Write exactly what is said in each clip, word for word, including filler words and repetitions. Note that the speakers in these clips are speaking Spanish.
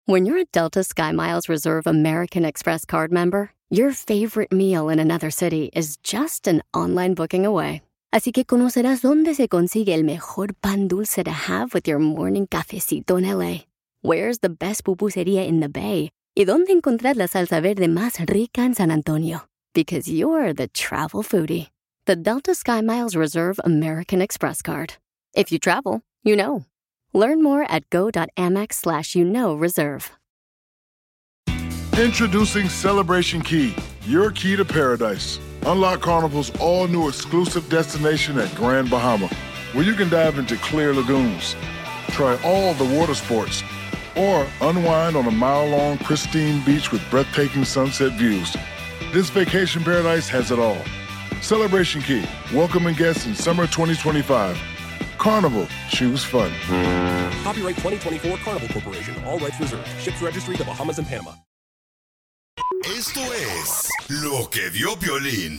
When you're a Delta SkyMiles Reserve American Express card member, your favorite meal in another city is just an online booking away. Así que conocerás dónde se consigue el mejor pan dulce to have with your morning cafecito en L A. Where's the best pupusería in the Bay? Y dónde encontrar la salsa verde más rica en San Antonio. Because you're the travel foodie. The Delta SkyMiles Reserve American Express card. If you travel, you know. Learn more at go.amex slash you know reserve. Introducing Celebration Key, your key to paradise. Unlock Carnival's all-new exclusive destination at Grand Bahama, where you can dive into clear lagoons, try all the water sports, or unwind on a mile-long pristine beach with breathtaking sunset views. This vacation paradise has it all. Celebration Key, welcoming guests in summer twenty twenty-five. Carnival, choose fun. Copyright twenty twenty-four Carnival Corporation, all rights reserved. Ships registry the Bahamas and Panama. Esto es Lo que vio Piolín.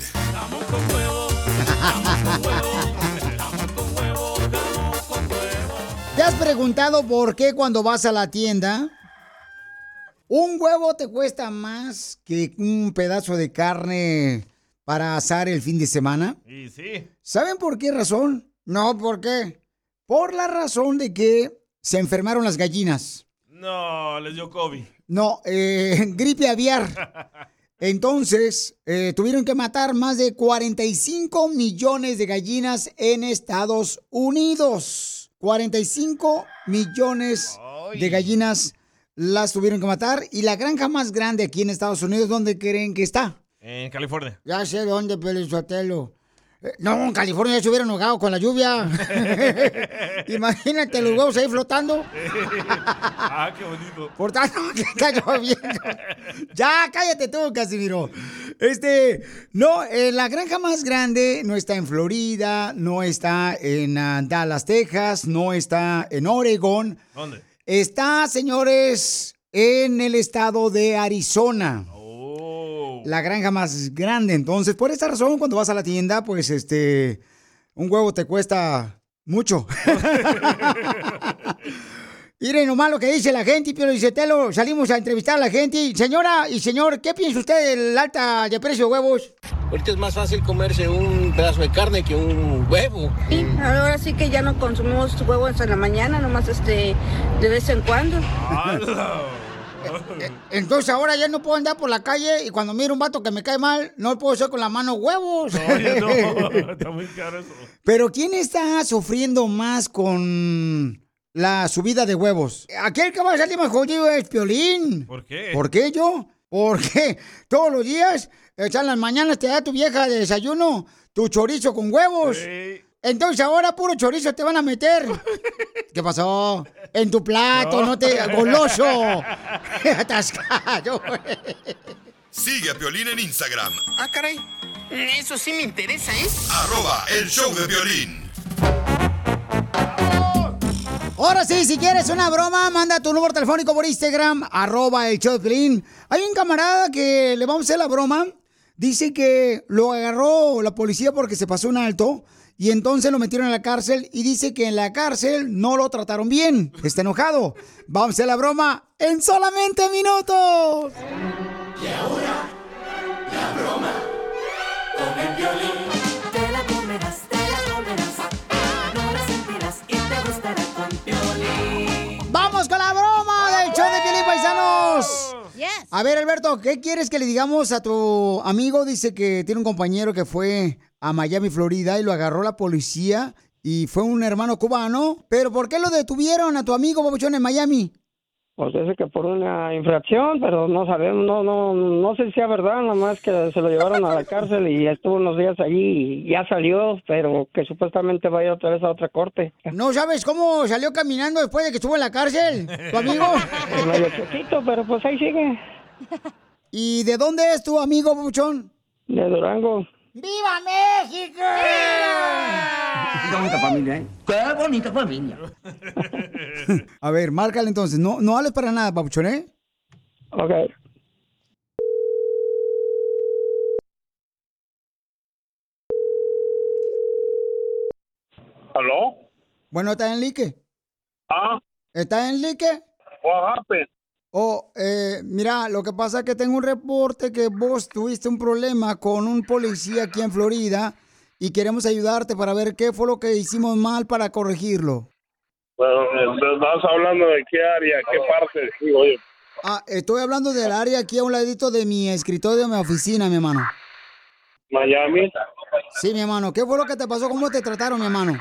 ¿Te has preguntado por qué cuando vas a la tienda un huevo te cuesta más que un pedazo de carne para asar el fin de semana? Y sí. ¿Saben por qué razón? No, ¿por qué? Por la razón de que se enfermaron las gallinas. No, les dio COVID. No, eh, gripe aviar. Entonces, eh, tuvieron que matar más de cuarenta y cinco millones de gallinas en Estados Unidos. cuarenta y cinco millones Ay. de gallinas las tuvieron que matar. Y la granja más grande aquí en Estados Unidos, ¿dónde creen que está? En California. Ya sé dónde, Pelizotelo. No, en California ya se hubieran ahogado con la lluvia. Imagínate los huevos ahí flotando. Ah, qué bonito. Por tanto, que está lloviendo. Ya, cállate tú, Casimiro. Este, no, eh, la granja más grande no está en Florida, no está en uh, Dallas, Texas, no está en Oregon. ¿Dónde? Está, señores, en el estado de Arizona. La granja más grande. Entonces, por esta razón, cuando vas a la tienda, pues, este, un huevo te cuesta mucho. Miren nomás lo que dice la gente, Pio Lizetelo. Salimos a entrevistar a la gente. Señora y señor, ¿qué piensa usted del alta de precio de huevos? Ahorita es más fácil comerse un pedazo de carne que un huevo. Sí, ahora sí que ya no consumimos huevos en la mañana, nomás este, de vez en cuando. Entonces ahora ya no puedo andar por la calle y cuando miro un vato que me cae mal, no puedo hacer con la mano huevos. No, ya no. Está muy caro eso. Pero ¿quién está sufriendo más con la subida de huevos? Aquel que va a salir más jodido es Piolín. ¿Por qué? ¿Por qué yo? Porque todos los días, en las mañanas te da tu vieja de desayuno tu chorizo con huevos. Sí. Entonces ahora puro chorizo te van a meter. ¿Qué pasó? En tu plato, no, no te... ¡Goloso! ¡Atascado! Sigue a Piolín en Instagram. Ah, caray. Eso sí me interesa, ¿eh? Arroba el show de Piolín. Ahora sí, si quieres una broma, manda tu número telefónico por Instagram, arroba el show de Piolín. Hay un camarada que le vamos a hacer la broma. Dice que lo agarró la policía porque se pasó un alto. Y entonces lo metieron en la cárcel y dice que en la cárcel no lo trataron bien. Está enojado. Vamos a hacer la broma en solamente minutos. Y ahora, la broma con el Piolín. Te la comerás, te la comerás. No la sentirás y te gustará con Piolín. ¡Vamos con la broma del show de Piolín, paisanos! Yes. A ver, Alberto, ¿qué quieres que le digamos a tu amigo? Dice que tiene un compañero que fue a Miami, Florida, y lo agarró la policía y fue un hermano cubano. ¿Pero por qué lo detuvieron a tu amigo, babuchón, en Miami? Pues dice que por una infracción, pero no sabemos, no no no sé si es verdad, nada más que se lo llevaron a la cárcel y estuvo unos días allí y ya salió, pero que supuestamente va a ir otra vez a otra corte. ¿No sabes cómo salió caminando después de que estuvo en la cárcel, tu amigo? Pues medio chiquito, pero pues ahí sigue. ¿Y de dónde es tu amigo, babuchón? De Durango. ¡Viva México! Qué bonita familia, ¿eh? Qué bonita familia. A ver, márcale entonces. No, no hables para nada, papuchón, ¿eh? Ok. ¿Aló? Bueno, ¿está en Lique? Ah. ¿Está en Lique? What happened? Oh, eh, mira, lo que pasa es que tengo un reporte que vos tuviste un problema con un policía aquí en Florida y queremos ayudarte para ver qué fue lo que hicimos mal para corregirlo. Bueno, ¿estás hablando de qué área, qué parte? Sí, oye. Ah, estoy hablando del área aquí a un ladito de mi escritorio de mi oficina, mi hermano. Miami. Sí, mi hermano. ¿Qué fue lo que te pasó? ¿Cómo te trataron, mi hermano?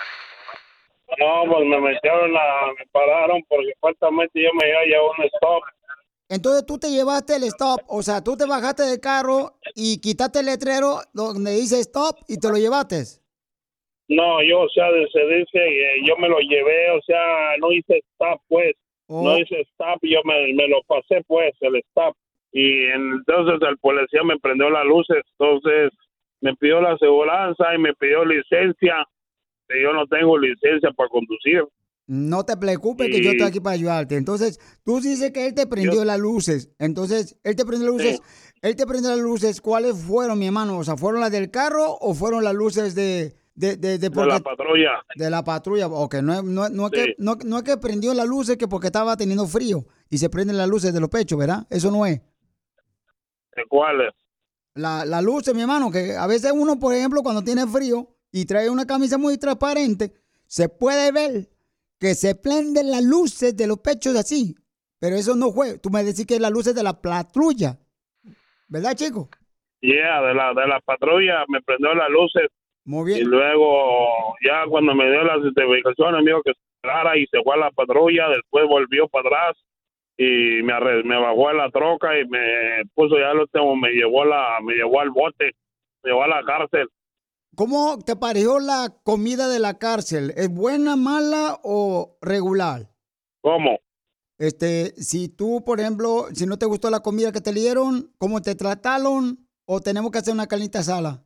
No, pues me metieron a... me pararon porque faltamente yo me iba a llevar un stop. Entonces tú te llevaste el stop, o sea, tú te bajaste del carro y quitaste el letrero donde dice stop y te lo llevaste. No, yo, o sea, se dice, eh, yo me lo llevé, o sea, no hice stop, pues. Oh. No hice stop, yo me, me lo pasé, pues, el stop. Y entonces el policía me prendió las luces, entonces me pidió la aseguranza y me pidió licencia. Y yo no tengo licencia para conducir. No te preocupes, Sí. que yo estoy aquí para ayudarte. Entonces, tú dices que él te prendió Yo- las luces. Entonces, él te prendió las luces. Él te prendió las luces. ¿Cuáles fueron, mi hermano? O sea, ¿fueron las del carro o fueron las luces de... De, de, de, De porque- la patrulla. de la patrulla. Ok, no, es- no, es- no, es Sí. que, no, no es que prendió las luces que porque estaba teniendo frío y se prenden las luces de los pechos, ¿verdad? Eso no es. ¿De cuáles? La, la luces, mi hermano, que a veces uno, por ejemplo, cuando tiene frío y trae una camisa muy transparente, se puede ver que se prenden las luces de los pechos así. Pero eso no fue. Tú me decís que las luces de la patrulla. ¿Verdad, chico? Yeah, de la, de la patrulla me prendió las luces. Muy bien. Y luego, ya cuando me dio las identificaciones, me dijo que se esperara y se fue a la patrulla. Después volvió para atrás y me, arre- me bajó a la troca y me puso ya lo tengo, me llevó, a la, me llevó al bote, me llevó a la cárcel. ¿Cómo te pareció la comida de la cárcel? ¿Es buena, mala o regular? ¿Cómo? Este, si tú, por ejemplo, si no te gustó la comida que te dieron, ¿cómo te trataron? ¿O tenemos que hacer una carnita asada?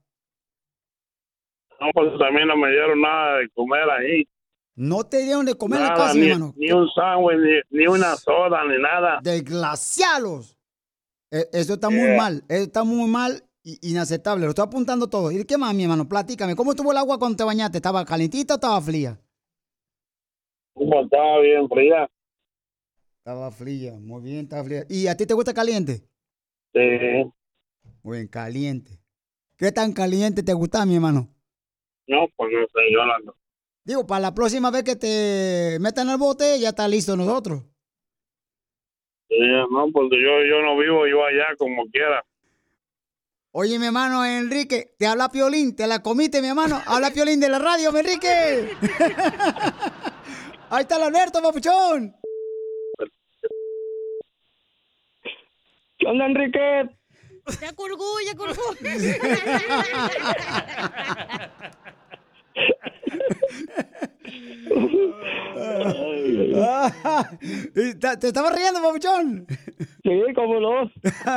No, pues también no me dieron nada de comer ahí. No te dieron de comer en la Nada, cárcel, ni, hermano. ni un sándwich, ni, ni una soda, ni nada. Desgraciados. Eh, Eso está muy Yeah. mal. Eso está muy mal y inaceptable. Lo estoy apuntando todo. ¿Y qué más, mi hermano? Platícame. ¿Cómo estuvo el agua cuando te bañaste? ¿Estaba calentita o estaba fría? Como estaba bien fría. Estaba fría. Muy bien, estaba fría. ¿Y a ti te gusta caliente? Sí. Muy bien, caliente. ¿Qué tan caliente te gusta, mi hermano? No, pues no sé, yo la... Digo, para la próxima vez que te metan al bote, ya está listo nosotros. Sí, no, pues yo, yo no vivo yo allá como quiera. Oye, mi hermano Enrique, te habla Piolín, te la comiste, mi hermano. Habla Piolín de la radio, mi Enrique. Ahí está el Alberto, papuchón. ¿Qué onda, Enrique? Ya colgó, ya colgó. Ah, y ta- ¿Te estabas riendo, papuchón? Sí, cómo no.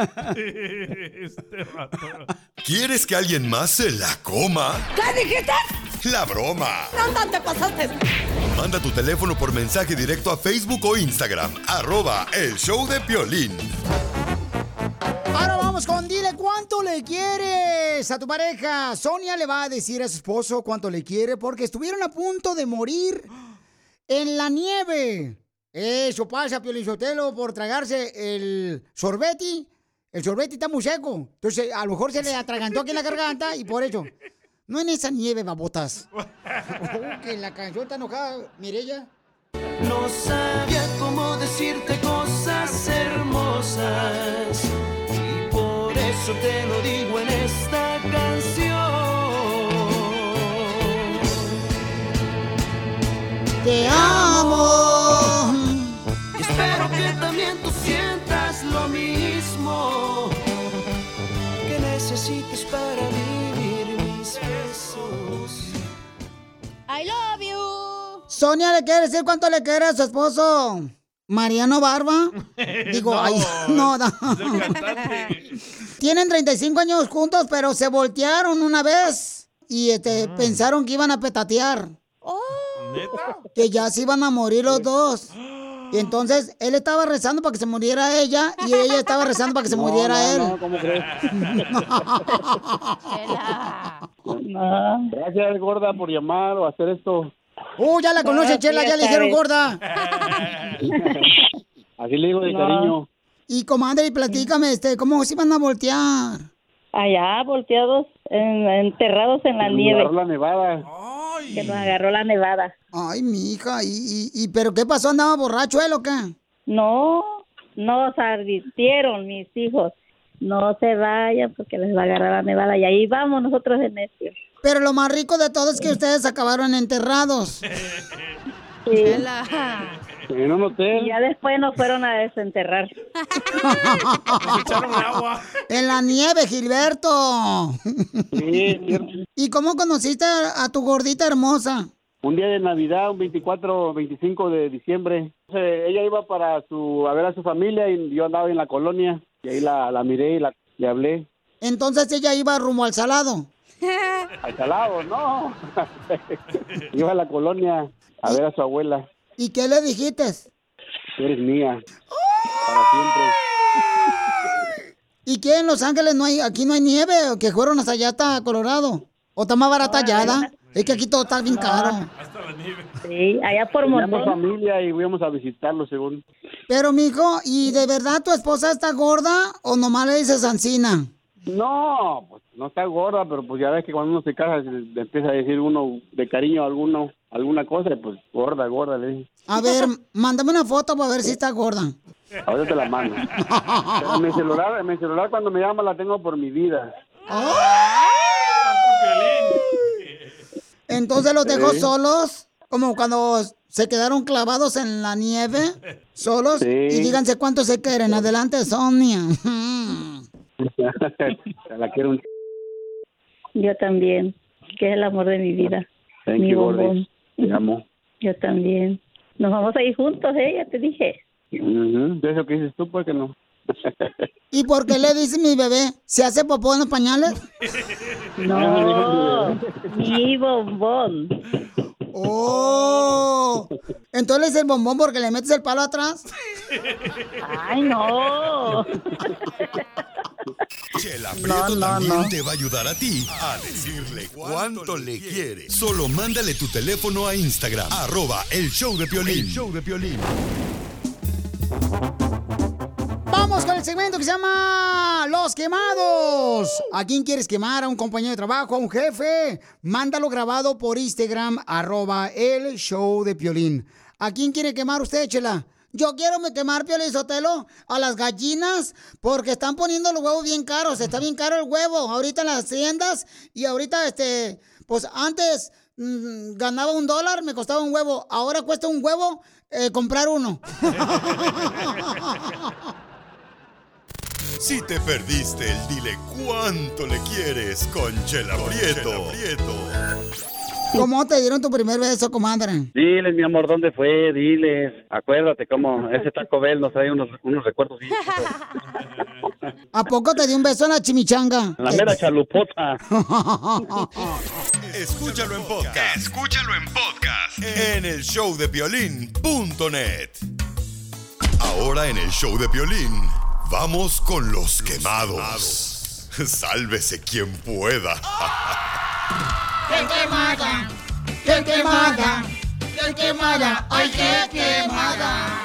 Este vato. ¿Quieres que alguien más se la coma? ¿Qué dijiste? La broma. ¿Dónde te pasaste? Manda tu teléfono por mensaje directo a Facebook o Instagram. Arroba El Show de Piolín. Ahora vamos con dile cuánto le quieres a tu pareja. Sonia le va a decir a su esposo cuánto le quiere porque estuvieron a punto de morir en la nieve. Eso pasa, Piolín Sotelo, por tragarse el sorbeti. El sorbeti está muy seco. Entonces, a lo mejor se le atragantó aquí en la garganta y por eso. No en esa nieve, babotas. Oh, que la canción está enojada, Mireya. No sabía cómo decirte cosas hermosas y por eso te lo digo en esta canción. Te amo. Y espero que también tú sientas lo mismo que necesites para vivir mis besos. I love you. Sonia le quiere decir cuánto le quiere a su esposo. Mariano Barba. Digo, No, ay, no, no. es el cantante. Tienen treinta y cinco años juntos, pero se voltearon una vez y este, pensaron que iban a petatear. ¿Neta? Que ya se iban a morir los dos. Y entonces él estaba rezando para que se muriera ella y ella estaba rezando para que se No, muriera no, él. no, ¿cómo crees? Chela. Gracias, gorda, por llamar o hacer esto. Uh, ya la conoce, No, Chela, sí, ya le ya dijeron sabes. gorda. Así le digo de No. cariño. Y comadre, y platícame, este, ¿cómo se van a voltear? Allá, volteados, en- enterrados en la Nos nieve. agarró la nevada. Que nos agarró la nevada. Ay, mija, ¿y, y, y pero qué pasó? ¿Andaba borracho él o qué? No, nos advirtieron mis hijos. No se vayan porque les va a agarrar la nevada. Y ahí vamos nosotros en necio. Pero lo más rico de todo es que ustedes acabaron enterrados. Sí. En un hotel. Y ya después nos fueron a desenterrar. En la nieve, Gilberto. Sí, cierto. ¿Y cómo conociste a, a tu gordita hermosa? Un día de Navidad, un veinticuatro, veinticinco de diciembre. Entonces, ella iba para su, a ver a su familia y yo andaba en la colonia. Y ahí la, la miré y la, le hablé. Entonces ella iba rumbo al salado. Al salado, no. Iba a la colonia a ver a su abuela. ¿Y qué le dijiste? Tú eres mía. Para siempre. ¿Y qué en Los Ángeles no hay, aquí no hay nieve? ¿O que fueron hasta allá, hasta Colorado? ¿O está más barata allá? Es que aquí todo está bien caro. Sí, allá por Teníamos Montón. familia y íbamos a visitarlo, según. Pero, mijo, ¿y de verdad tu esposa está gorda o nomás le dices ancina? No, pues no está gorda, pero pues ya ves que cuando uno se casa le empieza a decir uno de cariño a alguno, alguna cosa, y pues gorda, gorda, le dije. A ver, mándame una foto para ver si está gorda. Ahorita te la mando. Pero mi celular, mi celular cuando me llama la tengo por mi vida. Entonces los dejó Sí. solos, como cuando se quedaron clavados en la nieve, solos, Sí. y díganse cuánto se quieren. Adelante, Sonia. La quiero un... Yo también, que es el amor de mi vida. Thank Mi you, bombón. Gordis. Te amo. Yo también. Nos vamos a ir juntos, ¿eh? Ya te dije. Ujú. De eso que dices tú, pues que no. ¿Y por qué le dice mi bebé? ¿Se hace popó en los pañales? No, mi bombón. ¡Oh! Entonces le dice el bombón porque le metes el palo atrás. ¡Ay, no! Chela No, Prieto no, también no. te va a ayudar a ti a decirle cuánto le quiere. Solo mándale tu teléfono a Instagram, arroba el show de Piolín. El show de Piolín. Vamos con el segmento que se llama Los Quemados. ¿A quién quieres quemar? ¿A un compañero de trabajo? ¿A un jefe? Mándalo grabado por Instagram, arroba el show de Piolín. ¿A quién quiere quemar usted, Chela? Yo quiero me quemar, Piolín Sotelo, a las gallinas porque están poniendo los huevos bien caros. Está bien caro el huevo ahorita en las tiendas y ahorita, este, pues antes mmm, ganaba un dólar, me costaba un huevo. Ahora cuesta un huevo eh, comprar uno. Si te perdiste el dile cuánto le quieres con Chela Prieto. ¿Cómo te dieron tu primer beso, comadre? Diles, mi amor, ¿dónde fue? Diles. Acuérdate cómo ese Taco Bell nos trae unos, unos recuerdos. bien chidos. ¿A poco te dio un beso en la chimichanga? La mera chalupota. Escúchalo en podcast. Escúchalo en podcast. En el show de piolín punto net. Ahora en el show de Piolín, vamos con los quemados. Sálvese quien pueda. ¡Qué quemada! ¡Qué quemada! ¡Qué quemada! ¡Ay, qué quemada!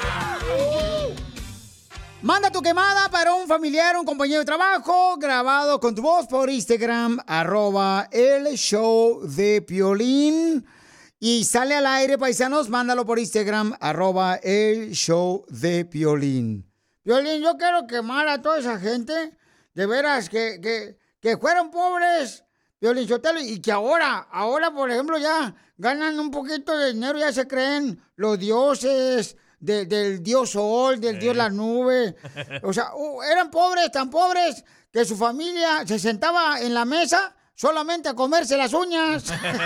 Manda tu quemada para un familiar, un compañero de trabajo, grabado con tu voz por Instagram, arroba el show de Piolín. Y sale al aire, paisanos, mándalo por Instagram, arroba el show de Piolín. Piolín, yo quiero quemar a toda esa gente, de veras, que, que, que fueron pobres, Piolín Sotelo, y que ahora, ahora, por ejemplo, ya ganan un poquito de dinero, ya se creen los dioses, de, del dios sol, del dios la nube. O sea, uh, eran pobres, tan pobres, que su familia se sentaba en la mesa solamente a comerse las uñas.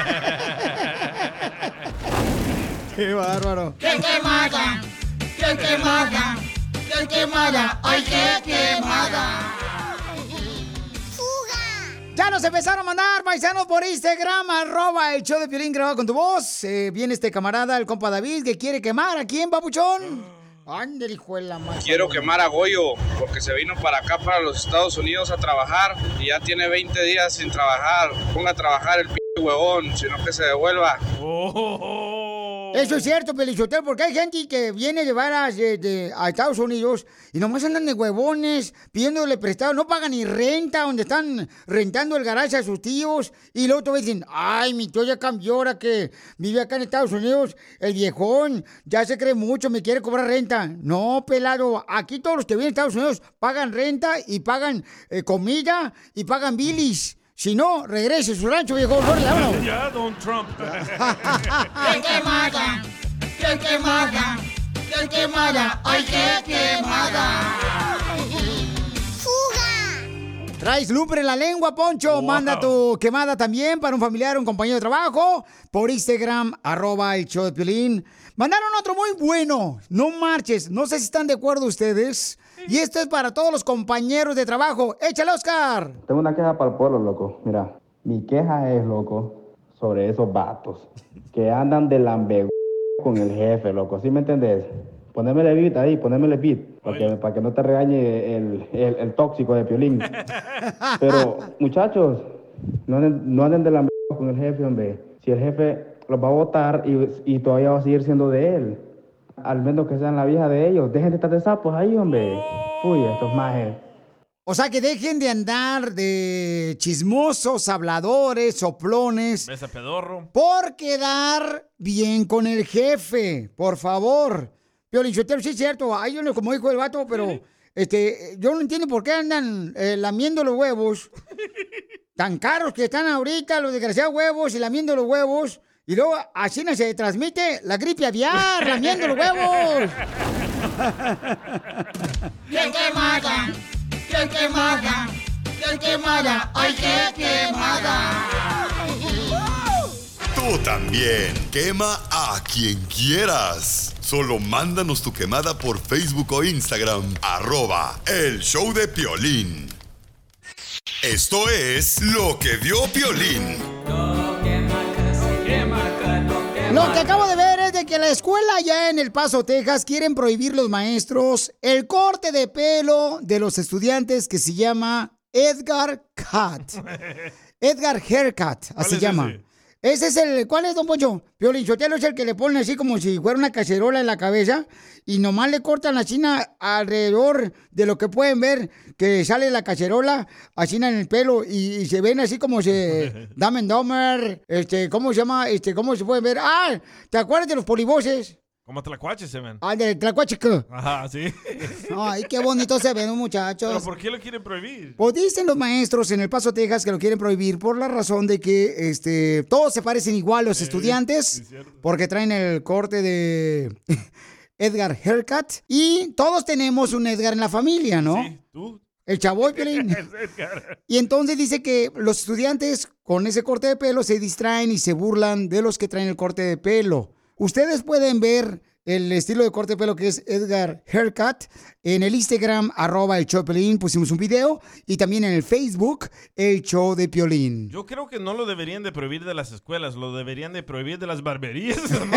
¡Qué bárbaro! ¡Qué quemada! ¡Qué quemada! ¡Qué quemada! ¡Ay, qué quemada! Ya nos empezaron a mandar, paisanos, por Instagram, arroba el show de Piolín grabado con tu voz. Eh, viene este camarada, el compa David, que quiere quemar. ¿A quién, papuchón? Ándale, hijo de la madre. Quiero quemar a Goyo porque se vino para acá, para los Estados Unidos a trabajar y ya tiene veinte días sin trabajar. Ponga a trabajar el p*** huevón, sino que se devuelva. Oh. Eso es cierto, Pelichotero, porque hay gente que viene a llevar a, de- de- a Estados Unidos y nomás andan de huevones pidiéndole prestado, no pagan ni renta donde están rentando el garaje a sus tíos y luego te dicen, ay, mi tío ya cambió ahora que vive acá en Estados Unidos, el viejón ya se cree mucho, me quiere cobrar renta. No, pelado, aquí todos los que vienen a Estados Unidos pagan renta y pagan eh, comida y pagan bilis. Si no, regrese a su rancho, viejo. ¡Órale, vámonos! Ya, Don Trump. ¡Qué quemada! ¡Qué quemada! ¡Qué quemada! ¡Ay, qué quemada! Traes lumbre en la lengua, Poncho. Wow. Manda tu quemada también para un familiar o un compañero de trabajo por Instagram, arroba el show de Piolín. Mandaron otro muy bueno. No marches. No sé si están de acuerdo ustedes. Y esto es para todos los compañeros de trabajo. ¡Échale, Oscar! Tengo una queja para el pueblo, loco. Mira, mi queja es, loco, sobre esos vatos que andan de lambe con el jefe, loco. ¿Sí me entendés? Ponémele beat ahí, ponémele beat, para que, para que no te regañe el, el, el tóxico de Piolín. Pero, muchachos, no anden, no anden de lambe con el jefe, hombre. Si el jefe los va a votar y, y todavía va a seguir siendo de él. Al menos que sean la vieja de ellos. Dejen de estar de sapos ahí, hombre. Uy, estos majes. O sea, que dejen de andar de chismosos, habladores, soplones, Besa pedorro. por quedar bien con el jefe, por favor. Piolín Sotelo, sí es cierto, hay uno como dijo el vato, pero este, yo no entiendo por qué andan eh, lamiendo los huevos, tan caros que están ahorita los desgraciados huevos y lamiendo los huevos, y luego así no se transmite la gripe aviar, lamiendo los huevos. ¡Qué quemada! ¡Qué quemada! ¡Qué quemada! ¡Ay, qué quemada! Tú también. Quema a quien quieras. Solo mándanos tu quemada por Facebook o Instagram. Arroba El Show de Piolín. Esto es Lo que vio Piolín. Lo que acabo de ver es de que la escuela allá en El Paso, Texas, quieren prohibir los maestros el corte de pelo de los estudiantes que se llama Edgar Cut. Edgar Haircut, así es llama. ese? Ese es el, ¿cuál es, don Poncho? Piolín Sotelo es el que le ponen así como si fuera una cacerola en la cabeza y nomás le cortan la china alrededor de lo que pueden ver que sale la cacerola, así en el pelo y, y se ven así como se... Dumb and Dumber, este, ¿cómo se llama? Este, ¿cómo se pueden ver? ¡Ah! ¿Te acuerdas de los polivoces? Como tlacuaches se ven. Ah, del tlacuachico. Ajá, sí. Ay, qué bonito se ven, muchachos. ¿Pero por qué lo quieren prohibir? Pues dicen los maestros en El Paso, Texas, que lo quieren prohibir por la razón de que este, todos se parecen igual los estudiantes, porque traen el corte de Edgar Haircut, y todos tenemos un Edgar en la familia, ¿no? Sí, tú. El Chavoy, Piolín. Es Edgar. Y entonces dice que los estudiantes con ese corte de pelo se distraen y se burlan de los que traen el corte de pelo. Ustedes pueden ver el estilo de corte de pelo que es Edgar Haircut en el Instagram, arroba el show de Piolín, pusimos un video, y también en el Facebook, el show de Piolín. Yo creo que no lo deberían de prohibir de las escuelas, lo deberían de prohibir de las barberías.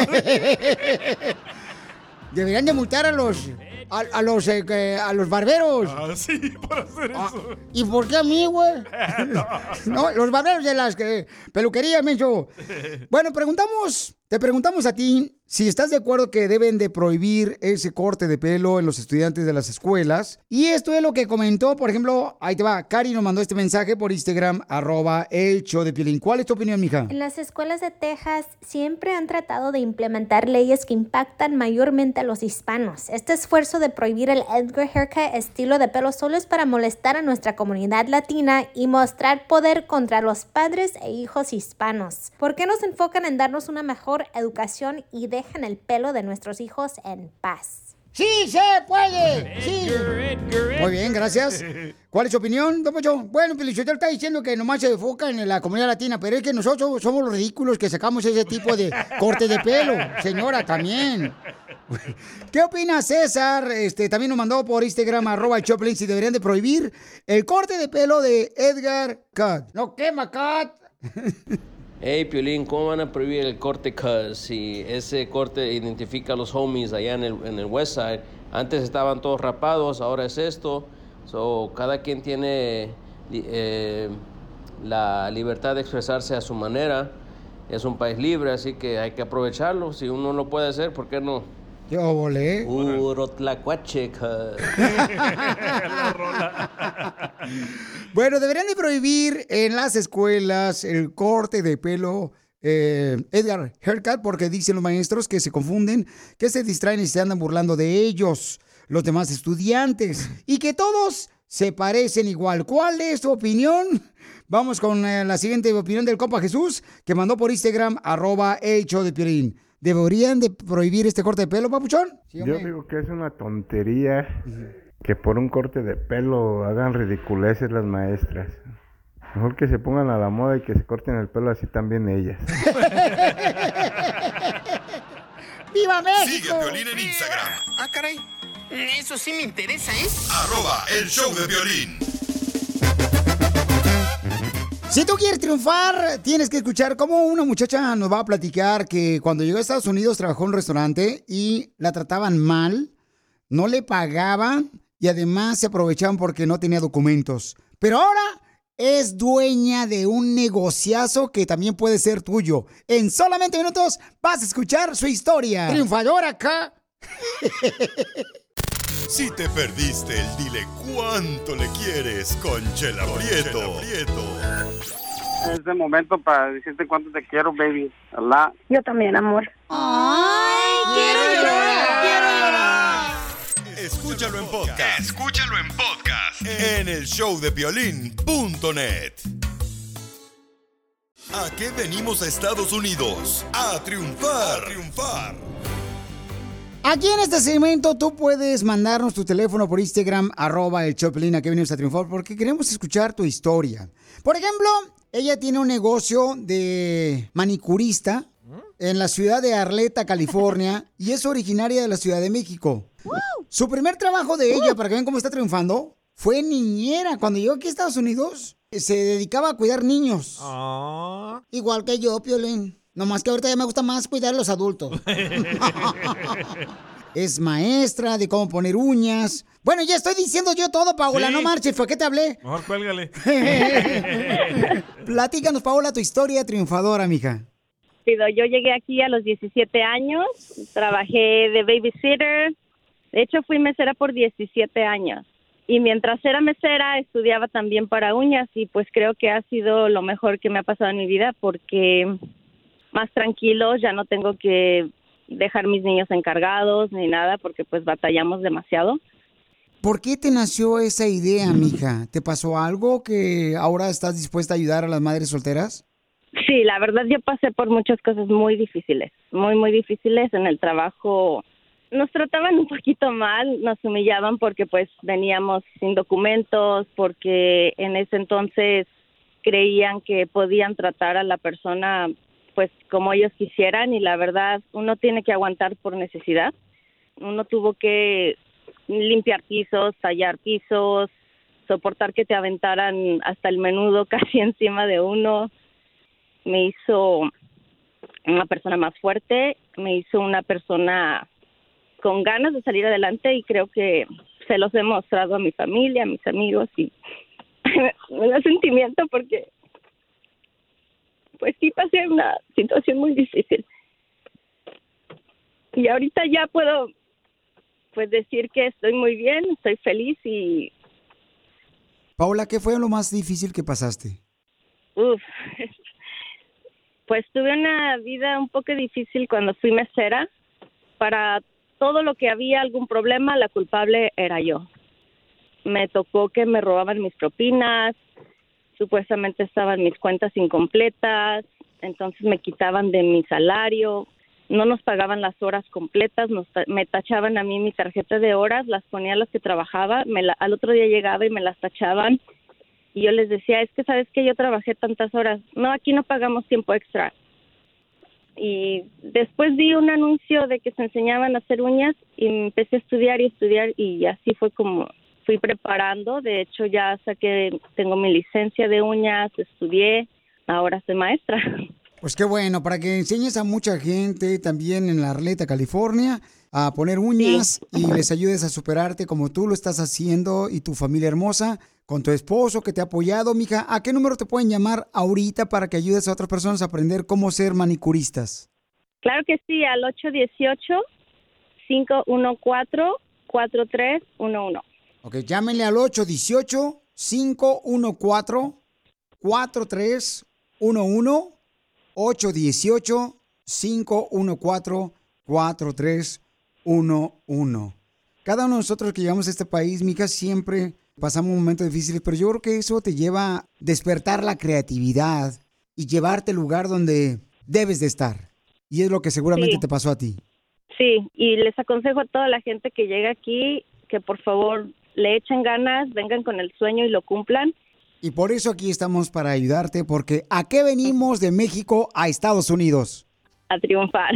Deberían de multar a los a, a los eh, que- a los barberos. Ah, sí, por hacer eso. ¿Y por qué a mí, güey? No, los barberos de las que, peluquerías, menso. Bueno, preguntamos, te preguntamos a ti si estás de acuerdo que deben de prohibir ese corte de pelo en los estudiantes de las escuelas. Y esto es lo que comentó, por ejemplo, ahí te va, Cari nos mandó este mensaje por Instagram, arroba el show de Piolín. ¿Cuál es tu opinión, mija? En las escuelas de Texas siempre han tratado de implementar leyes que impactan mayormente a los hispanos. Este esfuerzo de prohibir el Edgar Haircut estilo de pelo solo es para molestar a nuestra comunidad latina y mostrar poder contra los padres e hijos hispanos. ¿Por qué no se enfocan en darnos una mejor educación y dejan el pelo de nuestros hijos en paz? ¡Sí se puede! ¡Sí! Muy bien, gracias. ¿Cuál es su opinión, don Poncho? Bueno, Pelichotero está diciendo que nomás se enfoca en la comunidad latina, pero es que nosotros somos los ridículos que sacamos ese tipo de corte de pelo. Señora, también. ¿Qué opina César? Este, también nos mandó por Instagram, arroba el Choplin, si deberían de prohibir el corte de pelo de Edgar Cut. No quema, Cut. Hey, Piolín, ¿cómo van a prohibir el corte cut si ese corte identifica a los homies allá en el, en el West Side? Antes estaban todos rapados, ahora es esto. So, cada quien tiene eh, la libertad de expresarse a su manera. es un país libre, así que hay que aprovecharlo. Si uno lo puede hacer, ¿por qué no? Yo volé. Puro tlacuache, cuz. Bueno, deberían de prohibir en las escuelas el corte de pelo eh, Edgar Haircut, porque dicen los maestros que se confunden, que se distraen y se andan burlando de ellos, los demás estudiantes, y que todos se parecen igual. ¿Cuál es tu opinión? Vamos con eh, la siguiente opinión del compa Jesús, que mandó por Instagram, arroba el show de Piolín. ¿Deberían de prohibir este corte de pelo, papuchón? Sí, Yo digo que es una tontería que por un corte de pelo hagan ridiculeces las maestras. Mejor que se pongan a la moda y que se corten el pelo así también ellas. ¡Viva México! Sigue a Piolín en Instagram. Ah, caray. Eso sí me interesa, ¿eh? Arroba el show de Piolín. Si tú quieres triunfar, tienes que escuchar cómo una muchacha nos va a platicar que cuando llegó a Estados Unidos trabajó en un restaurante y la trataban mal, no le pagaban y además se aprovechaban porque no tenía documentos. Pero ahora es dueña de un negociazo que también puede ser tuyo. En solamente minutos vas a escuchar su historia. Triunfadora acá. Si te perdiste el dile cuánto le quieres con Chela Prieto. Es el momento para decirte cuánto te quiero, baby. Allah. Yo también, amor. ¡Ay, quiero llorar! ¡Quiero llorar! Escúchalo en podcast. Escúchalo en podcast en el show de piolín punto net. ¿A qué venimos a Estados Unidos? A triunfar. A triunfar. Aquí en este segmento tú puedes mandarnos tu teléfono por Instagram, arroba el Choplin, a que venimos a triunfar, porque queremos escuchar tu historia. Por ejemplo, ella tiene un negocio de manicurista en la ciudad de Arleta, California, y es originaria de la Ciudad de México. Su primer trabajo de ella, para que vean cómo está triunfando, fue niñera. Cuando llegó aquí a Estados Unidos, se dedicaba a cuidar niños. Aww. Igual que yo, Piolín. Nomás que ahorita ya me gusta más cuidar a los adultos. Es maestra de cómo poner uñas. Bueno, ya estoy diciendo yo todo, Paola. Sí. No marches, ¿por qué te hablé? Mejor cuélgale. Platícanos, Paola, tu historia triunfadora, mija. Yo llegué aquí a los diecisiete años. Trabajé de babysitter. De hecho, fui mesera por diecisiete años. Y mientras era mesera, estudiaba también para uñas. Y pues creo que ha sido lo mejor que me ha pasado en mi vida porque... más tranquilos, ya no tengo que dejar mis niños encargados ni nada porque pues batallamos demasiado. ¿Por qué te nació esa idea, mija? ¿Te pasó algo que ahora estás dispuesta a ayudar a las madres solteras? Sí, la verdad yo pasé por muchas cosas muy difíciles, muy, muy difíciles en el trabajo. Nos trataban un poquito mal, nos humillaban porque pues veníamos sin documentos, porque en ese entonces creían que podían tratar a la persona pues como ellos quisieran y la verdad uno tiene que aguantar por necesidad. Uno tuvo que limpiar pisos, tallar pisos, soportar que te aventaran hasta el menudo casi encima de uno. Me hizo una persona más fuerte, me hizo una persona con ganas de salir adelante y creo que se los he mostrado a mi familia, a mis amigos y me da sentimiento porque pues sí pasé una situación muy difícil. Y ahorita ya puedo pues decir que estoy muy bien, estoy feliz y... Paola, ¿qué fue lo más difícil que pasaste? Uf, pues tuve una vida un poco difícil cuando fui mesera. Para todo lo que había algún problema, la culpable era yo. Me tocó que me robaban mis propinas, supuestamente estaban mis cuentas incompletas, entonces me quitaban de mi salario, no nos pagaban las horas completas, nos, me tachaban a mí mi tarjeta de horas, las ponía a las que trabajaba, me la, al otro día llegaba y me las tachaban y yo les decía, es que sabes que yo trabajé tantas horas, no, aquí no pagamos tiempo extra. Y después vi un anuncio de que se enseñaban a hacer uñas y empecé a estudiar y estudiar y así fue como... fui preparando, de hecho ya saqué, tengo mi licencia de uñas, estudié, ahora soy maestra. Pues qué bueno, para que enseñes a mucha gente también en la Arleta, California, a poner uñas y les ayudes a superarte como tú lo estás haciendo y tu familia hermosa con tu esposo que te ha apoyado. Mija, ¿a qué número te pueden llamar ahorita para que ayudes a otras personas a aprender cómo ser manicuristas? Claro que sí, al ocho uno ocho, cinco uno cuatro, cuatro tres uno uno. Ok, llámenle al ocho uno ocho, cinco uno cuatro, cuatro tres uno uno. ocho uno ocho, cinco uno cuatro, cuatro tres uno uno. Cada uno de nosotros que llegamos a este país, mija, siempre pasamos momentos difíciles, pero yo creo que eso te lleva a despertar la creatividad y llevarte al lugar donde debes de estar. Y es lo que seguramente Sí. te pasó a ti. Sí, y les aconsejo a toda la gente que llega aquí que por favor le echen ganas, vengan con el sueño y lo cumplan. Y por eso aquí estamos para ayudarte, porque ¿a qué venimos de México a Estados Unidos? A triunfar.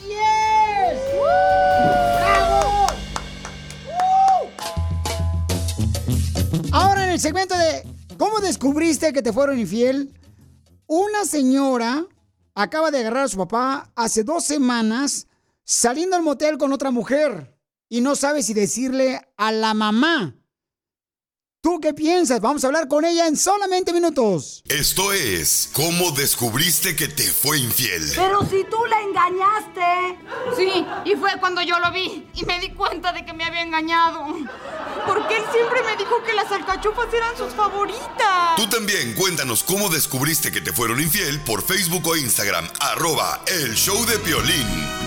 Ahora en el segmento de ¿cómo descubriste que te fueron infiel? Una señora acaba de agarrar a su papá hace dos semanas saliendo al motel con otra mujer y no sabe si decirle a la mamá. ¿Tú qué piensas? Vamos a hablar con ella en solamente minutos. Esto es ¿Cómo descubriste que te fue infiel? Pero si tú la engañaste. Sí, y fue cuando yo lo vi y me di cuenta de que me había engañado. Porque él siempre me dijo que las alcachofas eran sus favoritas. Tú también cuéntanos cómo descubriste que te fueron infiel por Facebook o Instagram, arroba El Show de Piolín.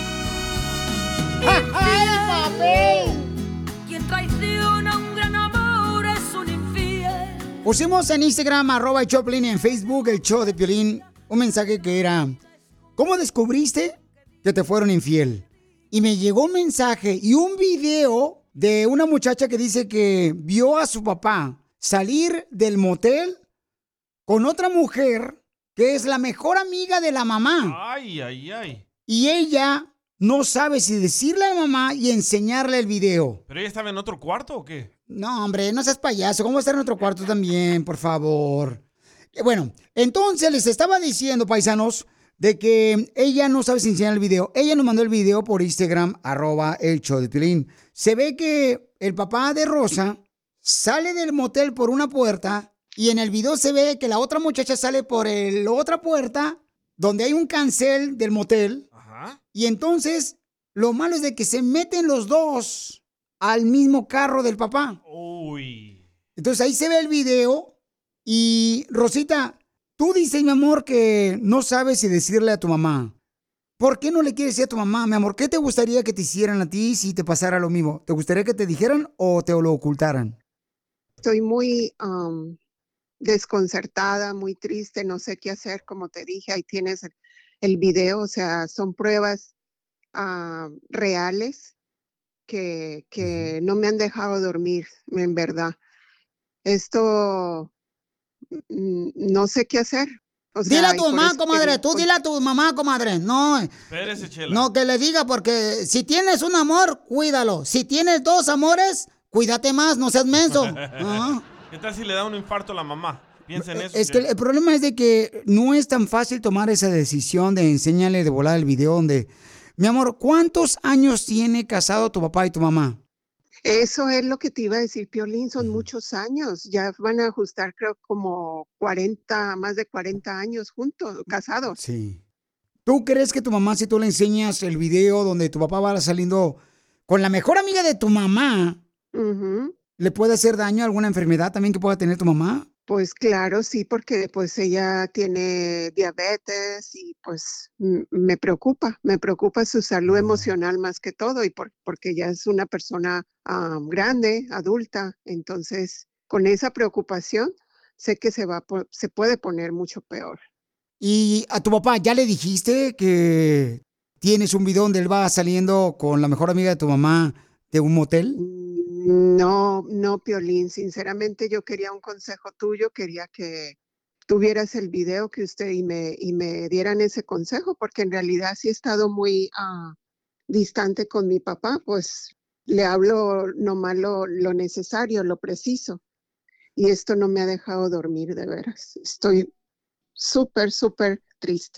¡Ay, papel! Quien traiciona a un gran amor es un infiel. Pusimos en Instagram, arroba el Choplin, y en Facebook, el show de Piolín, un mensaje que era, ¿cómo descubriste que te fueron infiel? Y me llegó un mensaje y un video de una muchacha que dice que vio a su papá salir del motel con otra mujer que es la mejor amiga de la mamá. Ay, ay, ay. Y ella no sabe si decirle a la mamá y enseñarle el video. ¿Pero ella estaba en otro cuarto o qué? No, hombre, no seas payaso. ¿Cómo va a estar en otro cuarto también, por favor? Eh, Bueno, entonces les estaba diciendo, paisanos, de que ella no sabe si enseñar el video. Ella nos mandó el video por Instagram, arroba el show de Piolín. Se ve que el papá de Rosa sale del motel por una puerta y en el video se ve que la otra muchacha sale por la otra puerta donde hay un cancel del motel. Y entonces, lo malo es de que se meten los dos al mismo carro del papá. Uy. Entonces ahí se ve el video y Rosita, tú dices, mi amor, que no sabes si decirle a tu mamá. ¿Por qué no le quieres decir a tu mamá, mi amor? ¿Qué te gustaría que te hicieran a ti si te pasara lo mismo? ¿Te gustaría que te dijeran o te lo ocultaran? Estoy muy um, desconcertada, muy triste, no sé qué hacer, como te dije, ahí tienes el, el video, o sea, son pruebas uh, reales que, que no me han dejado dormir, en verdad. Esto, mm, no sé qué hacer. O sea, Dile a y tu por mamá, eso comadre, quería tú con- dile a tu mamá, comadre. No, Espérese, Chela. no, que le diga, porque si tienes un amor, cuídalo. Si tienes dos amores, cuídate más, no seas menso. Ajá. ¿Qué tal si le da un infarto a la mamá? Piensa en eso. Es que el el problema es de que no es tan fácil tomar esa decisión de enseñarle de volar el video donde... Mi amor, ¿cuántos años tiene casado tu papá y tu mamá? Eso es lo que te iba a decir, Piolín, son muchos años, ya van a ajustar creo como cuarenta, más de cuarenta años juntos, casados. Sí. ¿Tú crees que tu mamá, si tú le enseñas el video donde tu papá va saliendo con la mejor amiga de tu mamá, Ujú. le puede hacer daño a alguna enfermedad también que pueda tener tu mamá? Pues claro, sí, porque pues ella tiene diabetes y pues mm, me preocupa, me preocupa su salud emocional más que todo y por- porque ella es una persona ah, grande, adulta, entonces con esa preocupación sé que se va, a po- se puede poner mucho peor. ¿Y a tu papá ya le dijiste que tienes un video donde él va saliendo con la mejor amiga de tu mamá de un motel? No, no, Piolín, sinceramente yo quería un consejo tuyo, quería que tuvieras el video que usted y me, y me dieran ese consejo, porque en realidad sí he estado muy ah, distante con mi papá, pues le hablo nomás lo, lo necesario, lo preciso, y esto no me ha dejado dormir de veras. Estoy súper, súper triste.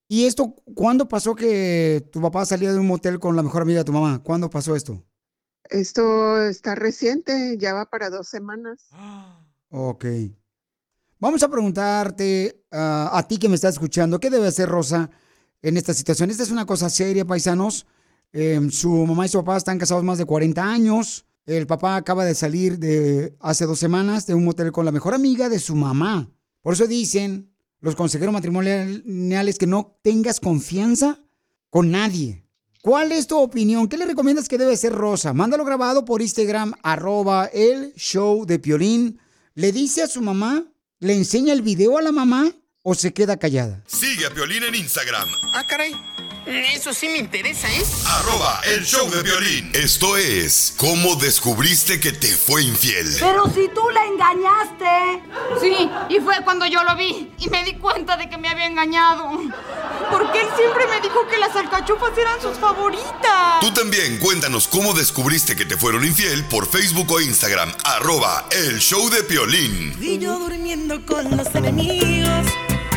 ¿Y esto cuándo pasó que tu papá salía de un motel con la mejor amiga de tu mamá? ¿Cuándo pasó esto? Esto está reciente, ya va para dos semanas. Ok. Vamos a preguntarte uh, a ti que me estás escuchando, ¿qué debe hacer Rosa en esta situación? Esta es una cosa seria, paisanos. Eh, su mamá y su papá están casados más de cuarenta años. El papá acaba de salir de hace dos semanas de un motel con la mejor amiga de su mamá. Por eso dicen los consejeros matrimoniales que no tengas confianza con nadie. ¿Cuál es tu opinión? ¿Qué le recomiendas que debe hacer Rosa? Mándalo grabado por Instagram, arroba el show de Piolín. ¿Le dice a su mamá? ¿Le enseña el video a la mamá? ¿O se queda callada? Sigue a Piolín en Instagram. Ah, caray. Eso sí me interesa, ¿eh? Arroba el show de Piolín. Esto es ¿cómo descubriste que te fue infiel? Pero si tú la engañaste. Sí, y fue cuando yo lo vi y me di cuenta de que me había engañado. Porque él siempre me dijo que las alcachofas eran sus favoritas. Tú también cuéntanos cómo descubriste que te fueron infiel por Facebook o Instagram. Arroba el show de Piolín. Y yo durmiendo con los enemigos.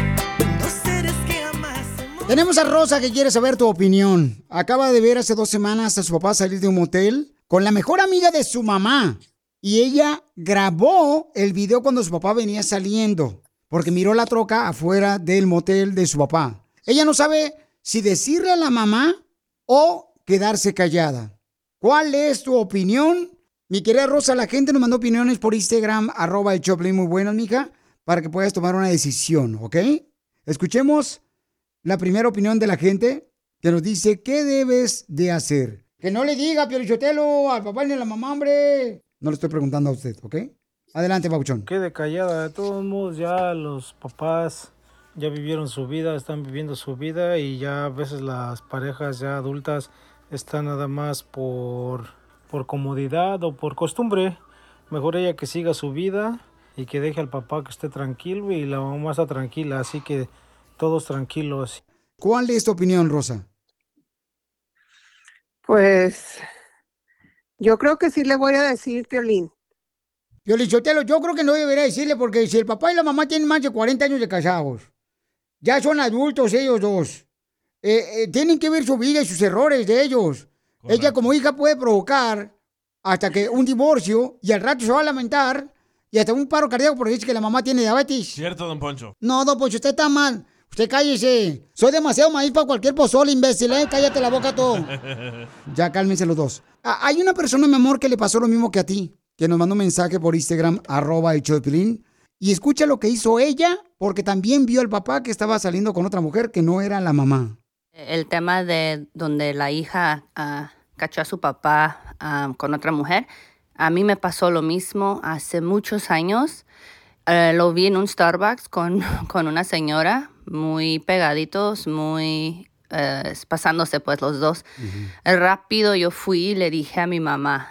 Tenemos a Rosa que quiere saber tu opinión. Acaba de ver hace dos semanas a su papá salir de un motel con la mejor amiga de su mamá. Y ella grabó el video cuando su papá venía saliendo, porque miró la troca afuera del motel de su papá. Ella no sabe si decirle a la mamá o quedarse callada. ¿Cuál es tu opinión? Mi querida Rosa, la gente nos mandó opiniones por Instagram, arroba el Choplin, muy buenas, mija, para que puedas tomar una decisión, ¿ok? Escuchemos la primera opinión de la gente que nos dice qué debes de hacer. Que no le diga, Pio Lichotelo, al papá ni a la mamá, hombre. No le estoy preguntando a usted, ¿ok? Adelante, Pauchón. Quede callada. De todos modos, ya los papás ya vivieron su vida, están viviendo su vida y ya a veces las parejas ya adultas están nada más por, por comodidad o por costumbre. Mejor ella que siga su vida y que deje al papá que esté tranquilo y la mamá está tranquila, así que todos tranquilos. ¿Cuál es tu opinión, Rosa? Pues yo creo que sí le voy a decir, Piolín. Piolín Sotelo, yo creo que no debería decirle porque si el papá y la mamá tienen más de cuarenta años de casados, ya son adultos ellos dos, eh, eh, tienen que ver su vida y sus errores de ellos. Correcto. Ella como hija puede provocar hasta que un divorcio y al rato se va a lamentar y hasta un paro cardíaco porque dice que la mamá tiene diabetes. Cierto, don Poncho. No, don Poncho, usted está mal. Usted cállese. Soy demasiado maíz para cualquier pozole, imbécil, ¿eh? Cállate la boca todo. Ya, cálmense los dos. Ah, hay una persona, mi amor, que le pasó lo mismo que a ti, que nos mandó un mensaje por Instagram, arroba el show de Piolín, y escucha lo que hizo ella, porque también vio al papá que estaba saliendo con otra mujer que no era la mamá. El tema de donde la hija uh, cachó a su papá uh, con otra mujer, a mí me pasó lo mismo hace muchos años. Uh, lo vi en un Starbucks con, con una señora, muy pegaditos, muy uh, pasándose pues los dos. Uh-huh. Rápido yo fui y le dije a mi mamá,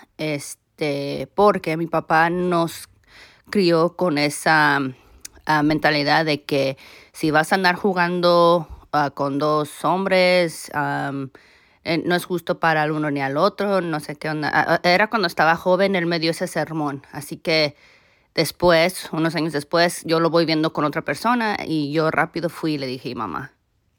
este, porque mi papá nos crió con esa uh, mentalidad de que si vas a andar jugando uh, con dos hombres, um, eh, no es justo para el uno ni al otro, no sé qué onda. Uh, era cuando estaba joven, él me dio ese sermón, así que después, unos años después, yo lo voy viendo con otra persona y yo rápido fui y le dije, mamá.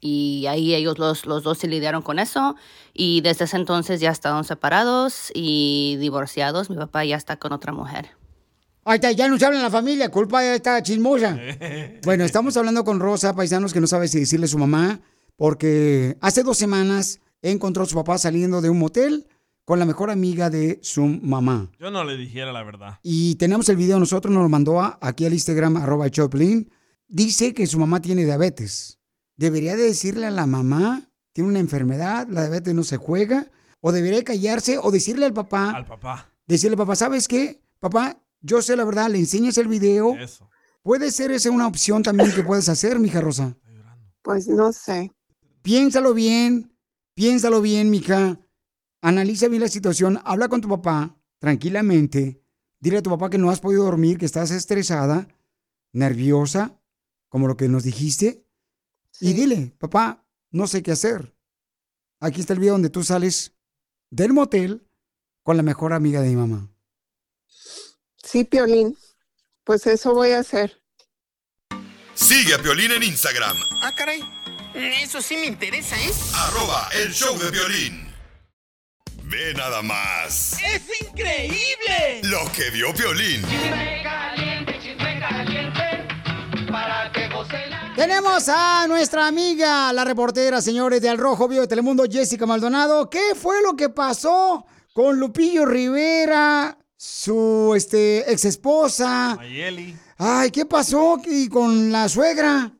Y ahí ellos los, los dos se lidiaron con eso y desde ese entonces ya estaban separados y divorciados. Mi papá ya está con otra mujer. Ahí está, ya no se habla en la familia, culpa de esta chismosa. Bueno, estamos hablando con Rosa, paisanos, que no sabe si decirle a su mamá, porque hace dos semanas encontró a su papá saliendo de un motel con la mejor amiga de su mamá. Yo no le dijera la verdad. Y tenemos el video, nosotros nos lo mandó a, aquí al Instagram, arroba Choplin. Dice que su mamá tiene diabetes. ¿Debería de decirle a la mamá, tiene una enfermedad, la diabetes no se juega? ¿O debería callarse o decirle al papá? Al papá. Decirle, papá, ¿sabes qué? Papá, yo sé la verdad, le enseñas el video. Eso. ¿Puede ser esa una opción también que puedes hacer, mija Rosa? Pues no sé. Piénsalo bien, piénsalo bien, mija. Analiza bien la situación, habla con tu papá tranquilamente. Dile a tu papá que no has podido dormir, que estás estresada, nerviosa, como lo que nos dijiste. Sí. Y dile, papá, no sé qué hacer. Aquí está el video donde tú sales del motel con la mejor amiga de mi mamá. Sí, Piolín. Pues eso voy a hacer. Sigue a Piolín en Instagram. Ah, caray. Eso sí me interesa, ¿eh? Arroba el show de Piolín. Ve nada más ¡Es increíble! lo que vio Piolín. Chisme caliente, chisme caliente, para que goce la... Tenemos a nuestra amiga, la reportera, señores, de Al Rojo Vivo de Telemundo, Jessica Maldonado. ¿Qué fue lo que pasó con Lupillo Rivera, su este, ex esposa? Mayeli. Ay, ¿qué pasó y con la suegra?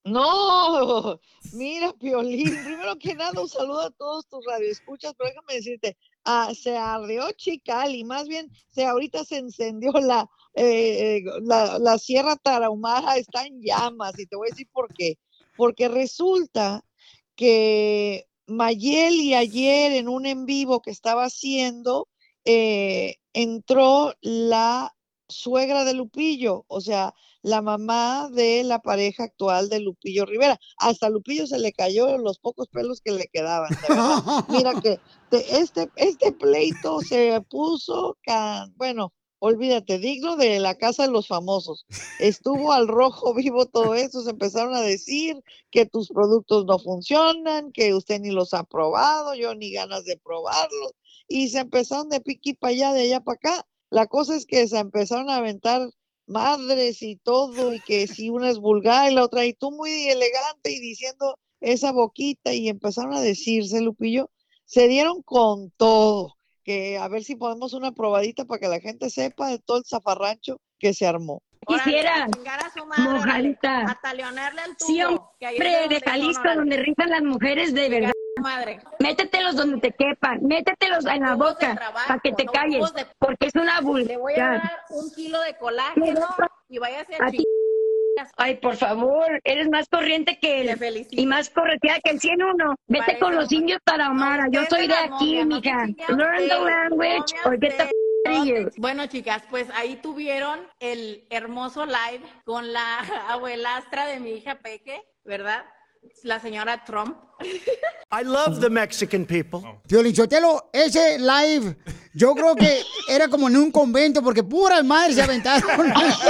No, mira, Piolín, primero que nada un saludo a todos tus radioescuchas, pero déjame decirte, ah, se ardeó Chicali, más bien se ahorita se encendió la, eh, la, la Sierra Tarahumara, está en llamas, y te voy a decir por qué, porque resulta que Mayeli ayer en un en vivo que estaba haciendo, eh, entró la suegra de Lupillo, o sea, la mamá de la pareja actual de Lupillo Rivera. Hasta Lupillo se le cayó los pocos pelos que le quedaban, de verdad. Mira que te- este, este pleito se puso, ca- bueno, olvídate, digno de la casa de los famosos. Estuvo al rojo vivo todo eso, se empezaron a decir que tus productos no funcionan, que usted ni los ha probado, yo ni ganas de probarlos, y se empezaron de piqui para allá, de allá para acá. La cosa es que se empezaron a aventar madres y todo, y que si una es vulgar y la otra, y tú muy elegante y diciendo esa boquita, y empezaron a decirse, Lupillo, se dieron con todo, que a ver si podemos una probadita para que la gente sepa de todo el zafarrancho que se armó. Quisiera, mojarita. Hasta leonarle al tubo. Sí, que ahí es hombre, de donde son, Jalisco, órale. donde rifan las mujeres de verdad. Madre. Métetelos donde te quepan, métetelos en la Tubos de boca trabajo, para que te no calles, tubos de- porque es una Le voy a vulgaridad. dar un kilo de colágeno y váyase a A ti. Ay, por favor, eres más corriente que él y más correteada que el cien uno. Vete Parece con los indios tarahumara. Yo soy de aquí, mija. Learn the language or get the f out of here. Bueno, chicas, pues ahí tuvieron el hermoso live con la abuelastra de mi hija Peque, ¿verdad? La señora Trump. I love the Mexican people. Piolichotelo, ese live, yo creo que era como en un convento, porque puras madres se aventaron.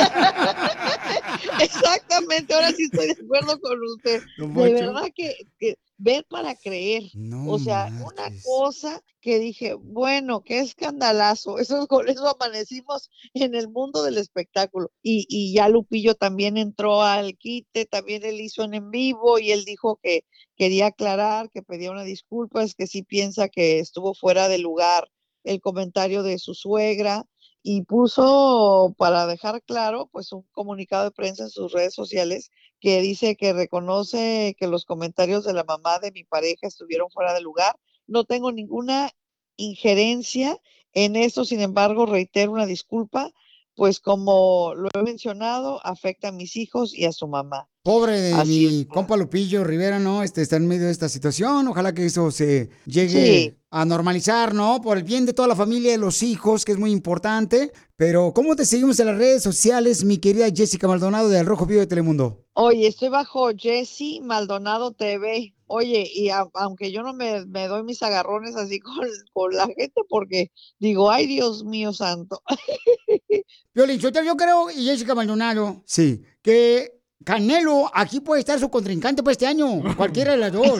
Exactamente, ahora sí estoy de acuerdo con usted. No De manches. verdad que, que ver para creer. No o sea, una cosa que dije, bueno, qué escandalazo. Eso, con eso amanecimos en el mundo del espectáculo. Y, y ya Lupillo también entró al quite, también él hizo en en vivo y él dijo que quería aclarar, que pedía una disculpa, es que sí piensa que estuvo fuera de lugar el comentario de su suegra, y puso, para dejar claro, pues un comunicado de prensa en sus redes sociales que dice que reconoce que los comentarios de la mamá de mi pareja estuvieron fuera de lugar. No tengo ninguna injerencia en esto, sin embargo, reitero una disculpa, pues como lo he mencionado, afecta a mis hijos y a su mamá. Pobre de Así mi compa Lupillo Rivera, ¿no? Este está en medio de esta situación. Ojalá que eso se llegue Sí. a normalizar, ¿no? Por el bien de toda la familia, de los hijos, que es muy importante. Pero, ¿cómo te seguimos en las redes sociales, mi querida Jessica Maldonado de Al Rojo Vivo de Telemundo? Oye, estoy bajo Jessy Maldonado T V. Oye, y a- aunque yo no me, me doy mis agarrones así con, con la gente, porque digo, ay, Dios mío santo. Piolín, yo, yo creo, y Jessica Maldonado, sí, que Canelo aquí puede estar su contrincante para este año, cualquiera de las dos.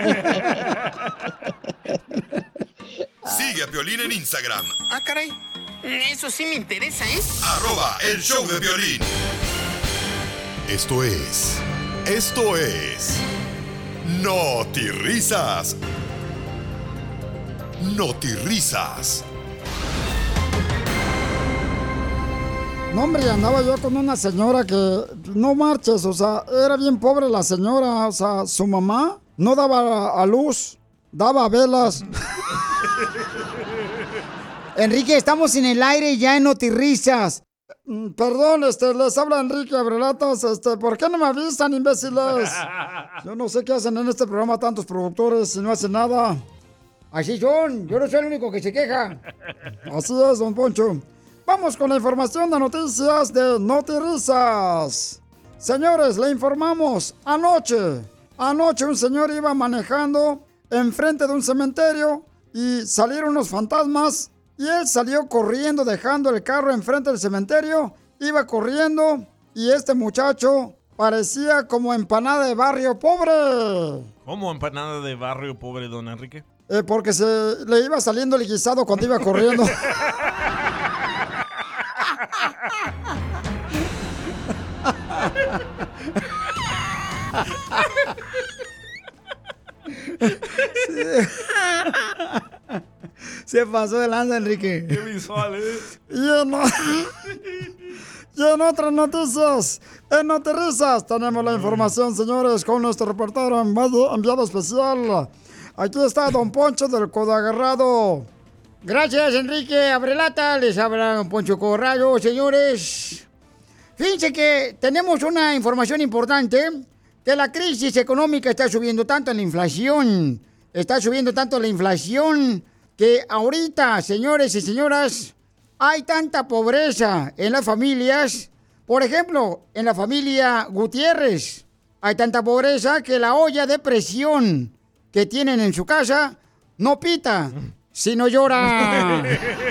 Sigue a Piolín en Instagram. Ah, caray. Eso sí me interesa, ¿eh? Arroba el show de Piolín. Esto es... Esto es... Notirrisas. Notirrisas. No, hombre, andaba yo con una señora que, no marches, o sea, era bien pobre la señora, o sea, su mamá no daba a luz, daba velas. Enrique, estamos en el aire ya en Notirrisas. Mm, Perdón, este, les habla Enrique Abrelatas, este, ¿por qué no me avisan, imbéciles? Yo no sé qué hacen en este programa tantos productores y no hacen nada. Así son, yo no soy el único que se queja. Así es, don Poncho. Vamos con la información de noticias de Notirrisas. Señores, le informamos, anoche, anoche un señor iba manejando enfrente de un cementerio y salieron unos fantasmas y él salió corriendo dejando el carro enfrente del cementerio, iba corriendo y este muchacho parecía como empanada de barrio pobre. ¿Cómo empanada de barrio pobre, don Enrique? Eh, porque se le iba saliendo el guisado cuando iba corriendo. Se pasó de lanza, Enrique. Qué visual, ¿eh? Y en, y en otras noticias, en Notirrisas, tenemos la información, señores, con nuestro reportero enviado, enviado especial. Aquí está Don Poncho del Codo Agarrado. Gracias, Enrique Abrelata. Les habla Don Poncho Corrado, señores. Fíjense que tenemos una información importante, que la crisis económica está subiendo tanto la inflación. Está subiendo tanto la inflación que ahorita, señores y señoras, hay tanta pobreza en las familias. Por ejemplo, en la familia Gutiérrez, hay tanta pobreza que la olla de presión que tienen en su casa no pita, sino llora.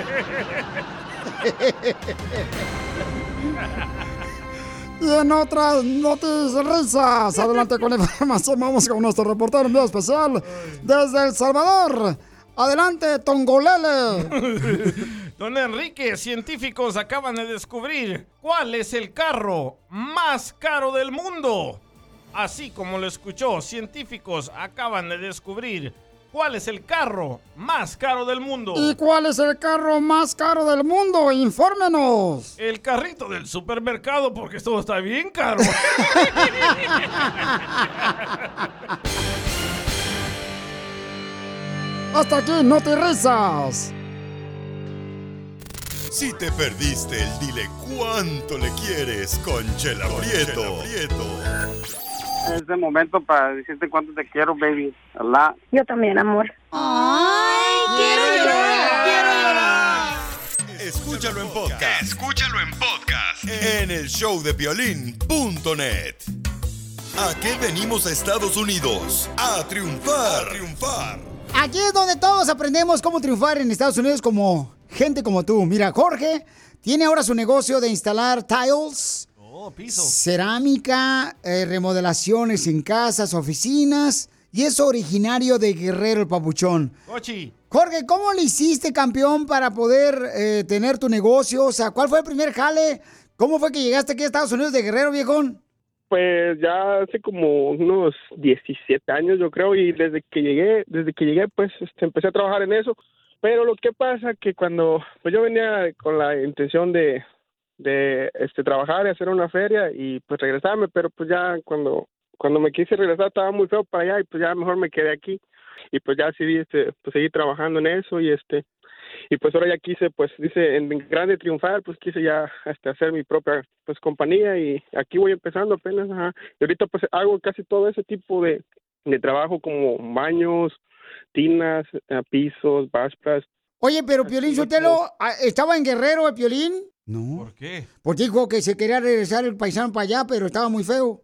Y en otras noticias risas, adelante con la información, vamos con nuestro reportero enviado especial desde El Salvador. Adelante, Tongolele. Don Enrique, científicos acaban de descubrir cuál es el carro más caro del mundo. Así como lo escuchó, científicos acaban de descubrir cuál es el carro más caro del mundo. ¿Y cuál es el carro más caro del mundo? Infórmenos. El carrito del supermercado, porque todo está bien caro. Hasta aquí, no te risas. Si te perdiste el dile cuánto le quieres con Chela Prieto. Es el momento para decirte cuánto te quiero, baby. Allah. Yo también, amor. ¡Ay, quiero llorar! ¡Quiero llorar! Escúchalo en podcast. Escúchalo en podcast. En el show de piolín punto net. ¿A qué venimos a Estados Unidos? A triunfar. A triunfar. Aquí es donde todos aprendemos cómo triunfar en Estados Unidos como gente como tú. Mira, Jorge tiene ahora su negocio de instalar tiles, oh, piso. cerámica, eh, remodelaciones en casas, oficinas, y es originario de Guerrero, el papuchón. Cochi. Jorge, ¿cómo le hiciste, campeón, para poder eh, tener tu negocio? O sea, ¿cuál fue el primer jale? ¿Cómo fue que llegaste aquí a Estados Unidos de Guerrero, viejón? Pues ya hace como unos diecisiete años, yo creo, y desde que llegué, desde que llegué, pues este, empecé a trabajar en eso. Pero lo que pasa que cuando, pues yo venía con la intención de, de este, trabajar y hacer una feria y pues regresarme, pero pues ya cuando, cuando me quise regresar estaba muy feo para allá y pues ya mejor me quedé aquí y pues ya decidí este, pues seguir trabajando en eso y este, y pues ahora ya quise, pues dice, en grande triunfar, pues quise ya hasta hacer mi propia pues compañía y aquí voy empezando apenas, ajá. Y ahorita pues hago casi todo ese tipo de, de trabajo como baños, tinas, uh, pisos, básparas. Oye, pero Piolín Sotelo, ¿estaba en Guerrero el Piolín? No. ¿Por qué? Porque dijo que se quería regresar el paisano para allá, pero estaba muy feo.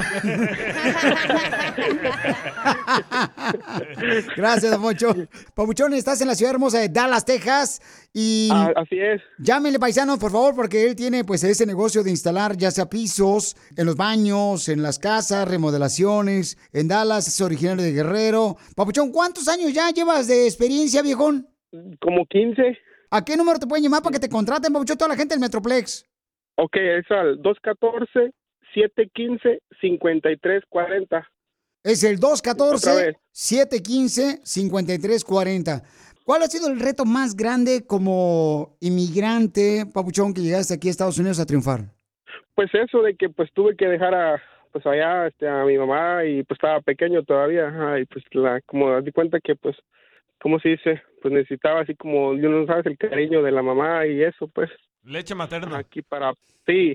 Gracias, don Poncho. Papuchón, estás en la ciudad hermosa de Dallas, Texas. Y ah, así es. Llámenle, paisanos, por favor, porque él tiene pues ese negocio de instalar ya sea pisos en los baños, en las casas, remodelaciones. En Dallas, es originario de Guerrero. Papuchón, ¿cuántos años ya llevas de experiencia, viejón? Como quince. ¿A qué número te pueden llamar para que te contraten, Papuchón, toda la gente del Metroplex? Ok, es al dos uno cuatro, siete uno cinco, cinco tres cuatro cero. Es el dos uno cuatro, siete uno cinco, cinco tres cuatro cero. ¿Cuál ha sido el reto más grande como inmigrante, Papuchón, que llegaste aquí a Estados Unidos a triunfar? Pues eso de que pues tuve que dejar a pues allá este, a mi mamá y pues estaba pequeño todavía, ajá, y pues la, como di cuenta que pues, ¿cómo se dice? Pues necesitaba así como, yo no sabes, el cariño de la mamá y eso, pues. Leche materna. Aquí para, sí.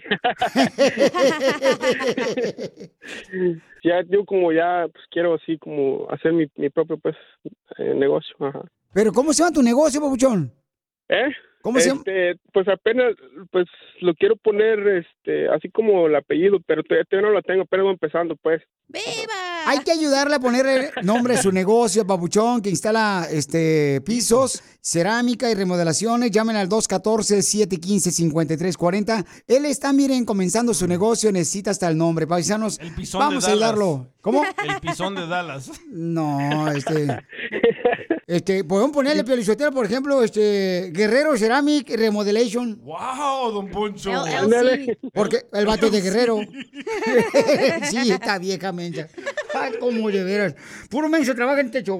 Ya, yo como ya, pues quiero así como hacer mi, mi propio, pues, eh, negocio, ajá. ¿Pero cómo se llama tu negocio, Papuchón? ¿Eh? ¿Cómo se llama? Este, pues apenas, pues lo quiero poner, este, así como el apellido, pero todavía no lo tengo, pero voy empezando, pues. ¡Viva! Hay que ayudarle a ponerle nombre a su negocio, papuchón, que instala este pisos, cerámica y remodelaciones. Llamen al dos uno cuatro, siete uno cinco, cinco tres cuatro cero. Él está, miren, comenzando su negocio, necesita hasta el nombre. Paisanos, Pisón vamos de a Dallas. ayudarlo. ¿Cómo? El pisón de Dallas. No, este... Este, podemos ponerle, Piolichotelo, por ejemplo, este, Guerrero Ceramic Remodelation. ¡Wow, don Poncho! L L C. Porque el vato de Guerrero. Sí, esta vieja mensa. Ay, cómo de veras. Puro menso trabaja en techo.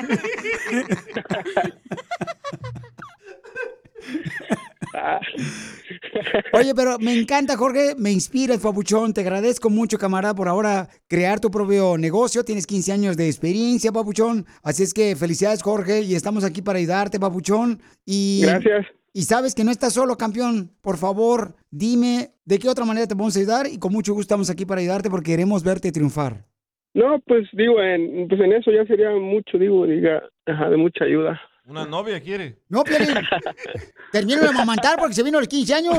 Oye, pero me encanta, Jorge, me inspira el papuchón. Te agradezco mucho, camarada, por ahora crear tu propio negocio. Tienes quince años de experiencia, papuchón. Así es que felicidades, Jorge, y estamos aquí para ayudarte, papuchón. Y, Gracias. Y sabes que no estás solo, campeón. Por favor, dime de qué otra manera te podemos ayudar y con mucho gusto estamos aquí para ayudarte porque queremos verte triunfar. No, pues digo, en, pues en eso ya sería mucho, digo, diga, ajá, de mucha ayuda. Una novia quiere. No, Piolín. Termino de amamantar porque se vino a los quince años.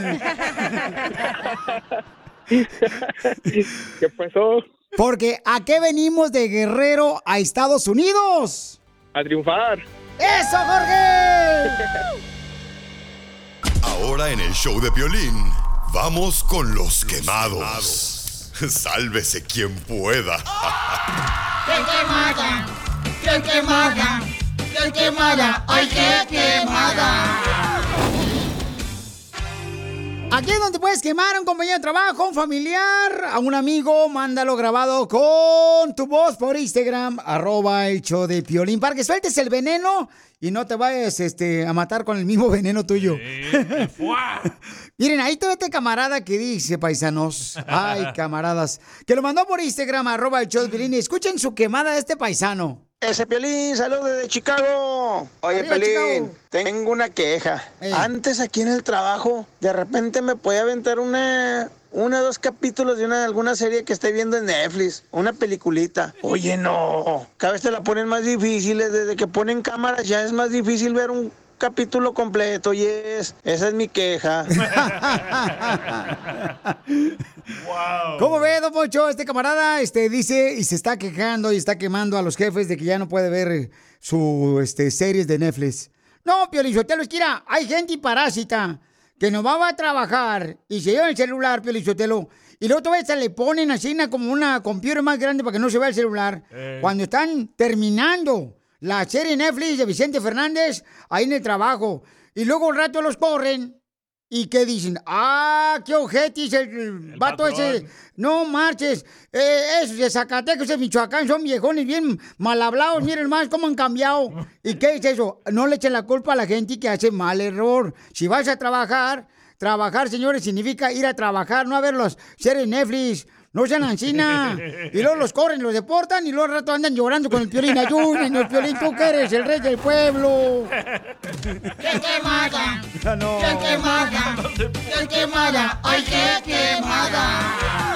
¿Qué pasó? Porque ¿a qué venimos de Guerrero a Estados Unidos? A triunfar. ¡Eso, Jorge! Ahora en el show de Piolín, vamos con los quemados. Sálvese quien pueda. ¡Qué quemada! ¡Qué quemada! ¡Qué quemada! ¡Ay, qué quemada! Aquí es donde puedes quemar a un compañero de trabajo, un familiar, a un amigo. Mándalo grabado con tu voz por Instagram, arroba el show de Piolín, para que sueltes el veneno y no te vayas este, a matar con el mismo veneno tuyo. Miren, ahí te ve este camarada que dice, paisanos. Ay, camaradas. Que lo mandó por Instagram, arroba el show de Piolín. Escuchen su quemada de este paisano. Ese Piolín, saludos desde Chicago. Oye, Arriba, Piolín, Chicago. tengo una queja. Ey. Antes aquí en el trabajo, de repente me podía aventar una, una o dos capítulos de una alguna serie que esté viendo en Netflix, una peliculita. Oye, no, cada vez te la ponen más difíciles. Desde que ponen cámaras ya es más difícil ver un capítulo completo. Y es, esa es mi queja. Wow. ¿Cómo ve, don Poncho? Este camarada este, dice y se está quejando y está quemando a los jefes de que ya no puede ver su este, series de Netflix. No, Piolichotelo, es que mira, hay gente parásita que no va a trabajar y se lleva el celular, Piolichotelo, y luego todavía se le ponen así una- como una computer más grande para que no se vea el celular. Eh. Cuando están terminando la serie Netflix de Vicente Fernández ahí en el trabajo y luego un rato los corren. ¿Y qué dicen? ¡Ah, qué ojetis el, el vato patrón. ese! ¡No marches! Eh, esos de Zacatecas, de Michoacán, son viejones bien mal hablados. Miren más cómo han cambiado. ¿Y qué es eso? No le echen la culpa a la gente que hace mal error. Si vas a trabajar, trabajar, señores, significa ir a trabajar, no a ver los series Netflix. No sean ancina. Y luego los corren, los deportan y luego al rato andan llorando con el Piolín. Ayúdenos, Piolín, tú que eres el rey del pueblo. ¡Qué quemada! No. ¡Qué quemada! ¡Qué quemada! ¡Ay, qué quemada!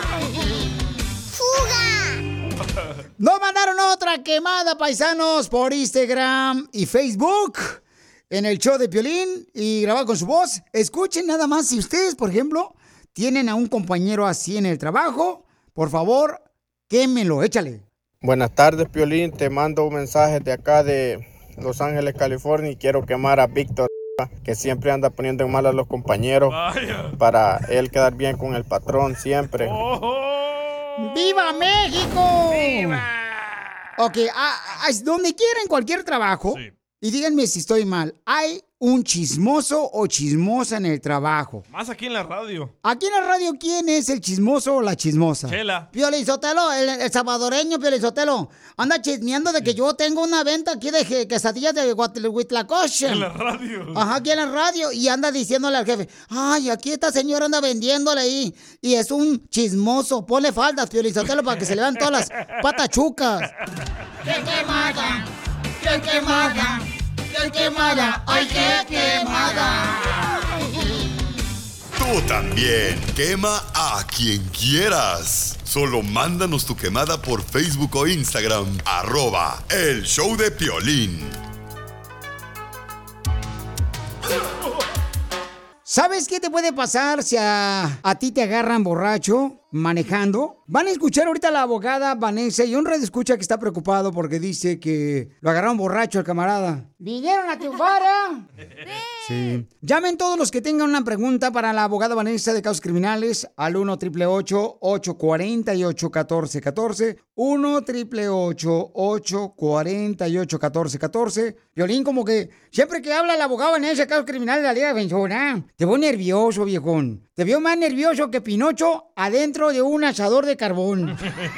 ¡Fuga! Nos mandaron otra quemada, paisanos, por Instagram y Facebook en el show de Piolín y grabado con su voz. Escuchen nada más, si ustedes, por ejemplo, tienen a un compañero así en el trabajo, por favor, quémelo, échale. Buenas tardes, Piolín. Te mando un mensaje de acá de Los Ángeles, California, y quiero quemar a Víctor, que siempre anda poniendo en mal a los compañeros para él quedar bien con el patrón siempre. ¡Viva México! ¡Viva! Ok, a, a- donde quiera, en cualquier trabajo, y díganme si estoy mal, hay un chismoso o chismosa en el trabajo. Más aquí en la radio. Aquí en la radio, ¿quién es el chismoso o la chismosa? Chela. Piolín Sotelo, el, el salvadoreño Piolín Sotelo, anda chismeando de que yo tengo una venta aquí de je- quesadillas de Huitlacoche. En la radio. Ajá, aquí en la radio. Y anda diciéndole al jefe, ay, aquí esta señora anda vendiéndole ahí. Y es un chismoso. Ponle faldas, Piolín Sotelo, para que se le vean todas las patas chucas. ¡Qué quemada! ¡Qué quemada! ¡Qué quemada! ¡Ay, qué quemada! Tú también, quema a quien quieras. Solo mándanos tu quemada por Facebook o Instagram, arroba el show de Piolín. ¿Sabes qué te puede pasar si a, a ti te agarran borracho? manejando. Van a escuchar ahorita a la abogada Vanessa y un radio escucha que está preocupado porque dice que lo agarraron borracho al camarada. ¿Vinieron a triunfar? Sí. Llamen todos los que tengan una pregunta para la abogada Vanessa de casos criminales al uno triple ocho, ocho cuatro ocho, uno cuatro uno cuatro, uno triple ocho, ocho cuatro ocho, uno cuatro uno cuatro. Violín, como que siempre que habla la abogada Vanessa de casos criminales de la Liga Defensora, te veo nervioso, viejón. Te veo más nervioso que Pinocho adentro de un asador de carbón.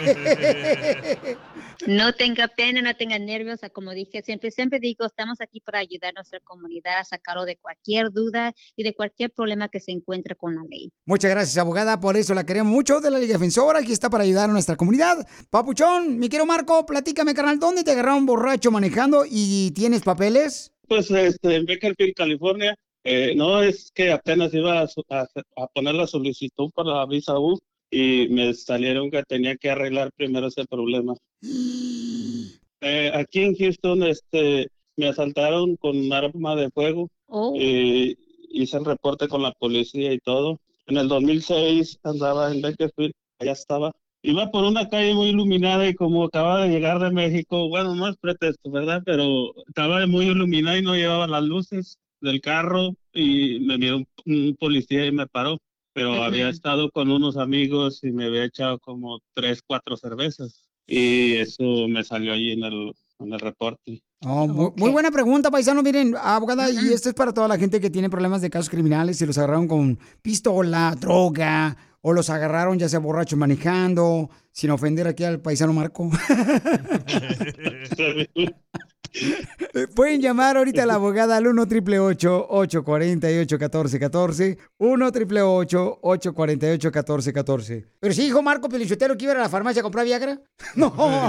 No tenga pena, no tenga nervios. Como dije, siempre, siempre digo, estamos aquí para ayudar a nuestra comunidad a sacarlo de cualquier duda y de cualquier problema que se encuentre con la ley. Muchas gracias, abogada, por eso la queremos mucho de la Liga Defensora. Aquí está para ayudar a nuestra comunidad. Papuchón, mi querido Marco, platícame, carnal, ¿dónde te agarraron borracho manejando y tienes papeles? Pues este, en Bakersfield, California. Eh, no, es que apenas iba a, a, a poner la solicitud para la visa U y me salieron que tenía que arreglar primero ese problema. Eh, aquí en Houston este, me asaltaron con un arma de fuego. Oh. Eh, hice el reporte con la policía y todo. En el dos mil seis andaba en Bakersfield, allá estaba. Iba por una calle muy iluminada y como acababa de llegar de México, bueno, no es pretexto, ¿verdad? Pero estaba muy iluminada y no llevaba las luces del carro y me vio un, un policía y me paró. Pero uh-huh. había estado con unos amigos y me había echado como tres, cuatro cervezas. Y eso me salió ahí en el, en el reporte. Oh, muy, okay. muy buena pregunta, paisano. Miren, abogada, uh-huh. y esto es para toda la gente que tiene problemas de casos criminales. Si los agarraron con pistola, droga, o los agarraron ya sea borrachos manejando, sin ofender aquí al paisano Marco. Pueden llamar ahorita a la abogada al uno triple ocho, ocho cuatro ocho, uno cuatro uno cuatro, uno triple ocho, ocho cuatro ocho, uno cuatro uno cuatro. Pero sí, dijo Marco Pelichotero que iba a la farmacia a comprar Viagra. No.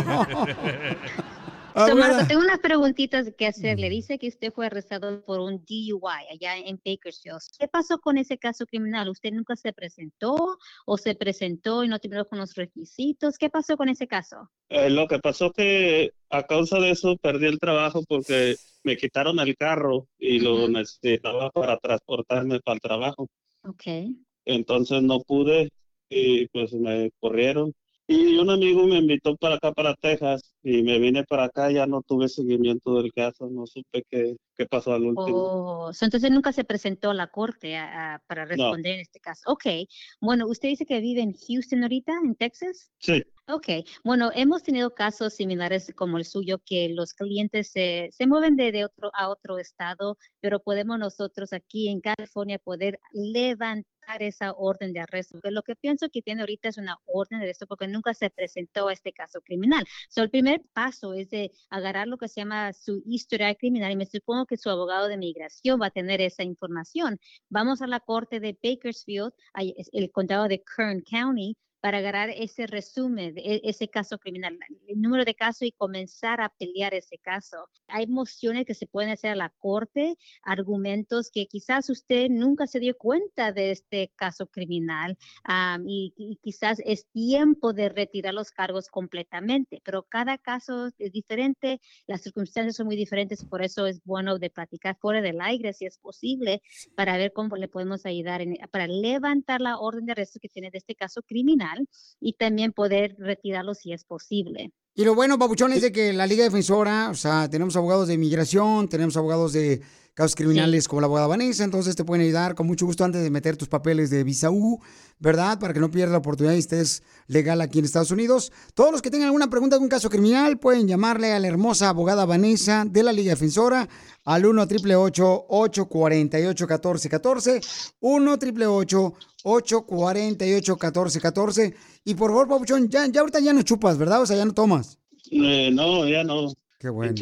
So, Marco, tengo unas preguntitas que hacerle. Dice que usted fue arrestado por un D U I allá en Bakersfield. ¿Qué pasó con ese caso criminal? ¿Usted nunca se presentó o se presentó y no terminó con los requisitos? ¿Qué pasó con ese caso? Eh, lo que pasó que a causa de eso perdí el trabajo porque me quitaron el carro y uh-huh. lo necesitaba para transportarme para el trabajo. Okay. Entonces no pude y pues me corrieron. Y un amigo me invitó para acá, para Texas, y me vine para acá, ya no tuve seguimiento del caso, no supe qué, qué pasó al último. Oh, so, entonces nunca se presentó a la corte a, a, para responder no. en este caso. Ok, bueno, ¿usted dice que vive en Houston ahorita, en Texas? Sí. Ok, bueno, hemos tenido casos similares como el suyo, que los clientes se, se mueven de, de otro a otro estado, pero podemos nosotros aquí en California poder levantar esa orden de arresto, porque lo que pienso que tiene ahorita es una orden de arresto porque nunca se presentó a este caso criminal. So, el primer paso es de agarrar lo que se llama su historial criminal y me supongo que su abogado de migración va a tener esa información. Vamos a la corte de Bakersfield, el condado de Kern County, para agarrar ese resumen de ese caso criminal, el número de casos y comenzar a pelear ese caso. Hay mociones que se pueden hacer a la corte, argumentos que quizás usted nunca se dio cuenta de este caso criminal um, y, y quizás es tiempo de retirar los cargos completamente, pero cada caso es diferente, las circunstancias son muy diferentes, por eso es bueno de platicar fuera del aire si es posible para ver cómo le podemos ayudar en, para levantar la orden de arresto que tiene de este caso criminal y también poder retirarlo si es posible. Y lo bueno, papuchón, es de que la Liga Defensora, o sea, tenemos abogados de inmigración, tenemos abogados de casos criminales sí. como la abogada Vanessa, entonces te pueden ayudar con mucho gusto antes de meter tus papeles de visa U, ¿verdad? Para que no pierdas la oportunidad y estés legal aquí en Estados Unidos. Todos los que tengan alguna pregunta de un caso criminal pueden llamarle a la hermosa abogada Vanessa de la Liga Defensora al uno triple ocho, ocho cuatro ocho, uno cuatro uno cuatro, uno triple ocho, ocho cuatro ocho, uno cuatro uno cuatro. Y por favor, papuchón, ya, ya ahorita ya no chupas, ¿verdad? O sea, ya no tomas. Eh, no, ya no. Qué bueno.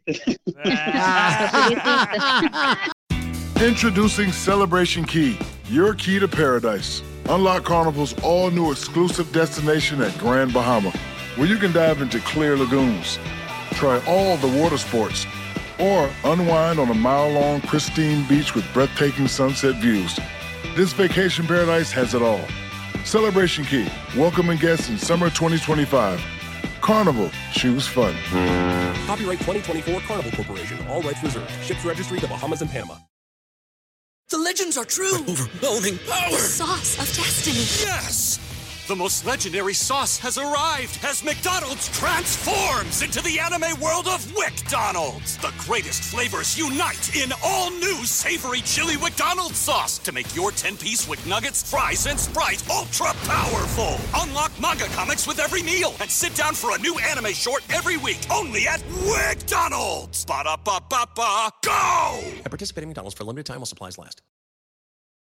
Introducing Celebration Key, your key to paradise. Unlock Carnival's all-new exclusive destination at Grand Bahama, where you can dive into clear lagoons, try all the water sports, or unwind on a mile-long pristine beach with breathtaking sunset views. This vacation paradise has it all. Celebration Key, welcoming guests in summer twenty twenty-five. Carnival, choose fun. Copyright twenty twenty-four Carnival Corporation, all rights reserved. Ships registry, the Bahamas and Panama. The legends are true. But overwhelming power! The sauce of destiny. Yes! The most legendary sauce has arrived as McDonald's transforms into the anime world of WickDonald's. The greatest flavors unite in all new savory chili McDonald's sauce to make your ten-piece Wick Nuggets, fries, and Sprite ultra-powerful. Unlock manga comics with every meal and sit down for a new anime short every week only at WickDonald's. Ba-da-ba-ba-ba, go! At participating McDonald's for a limited time while supplies last.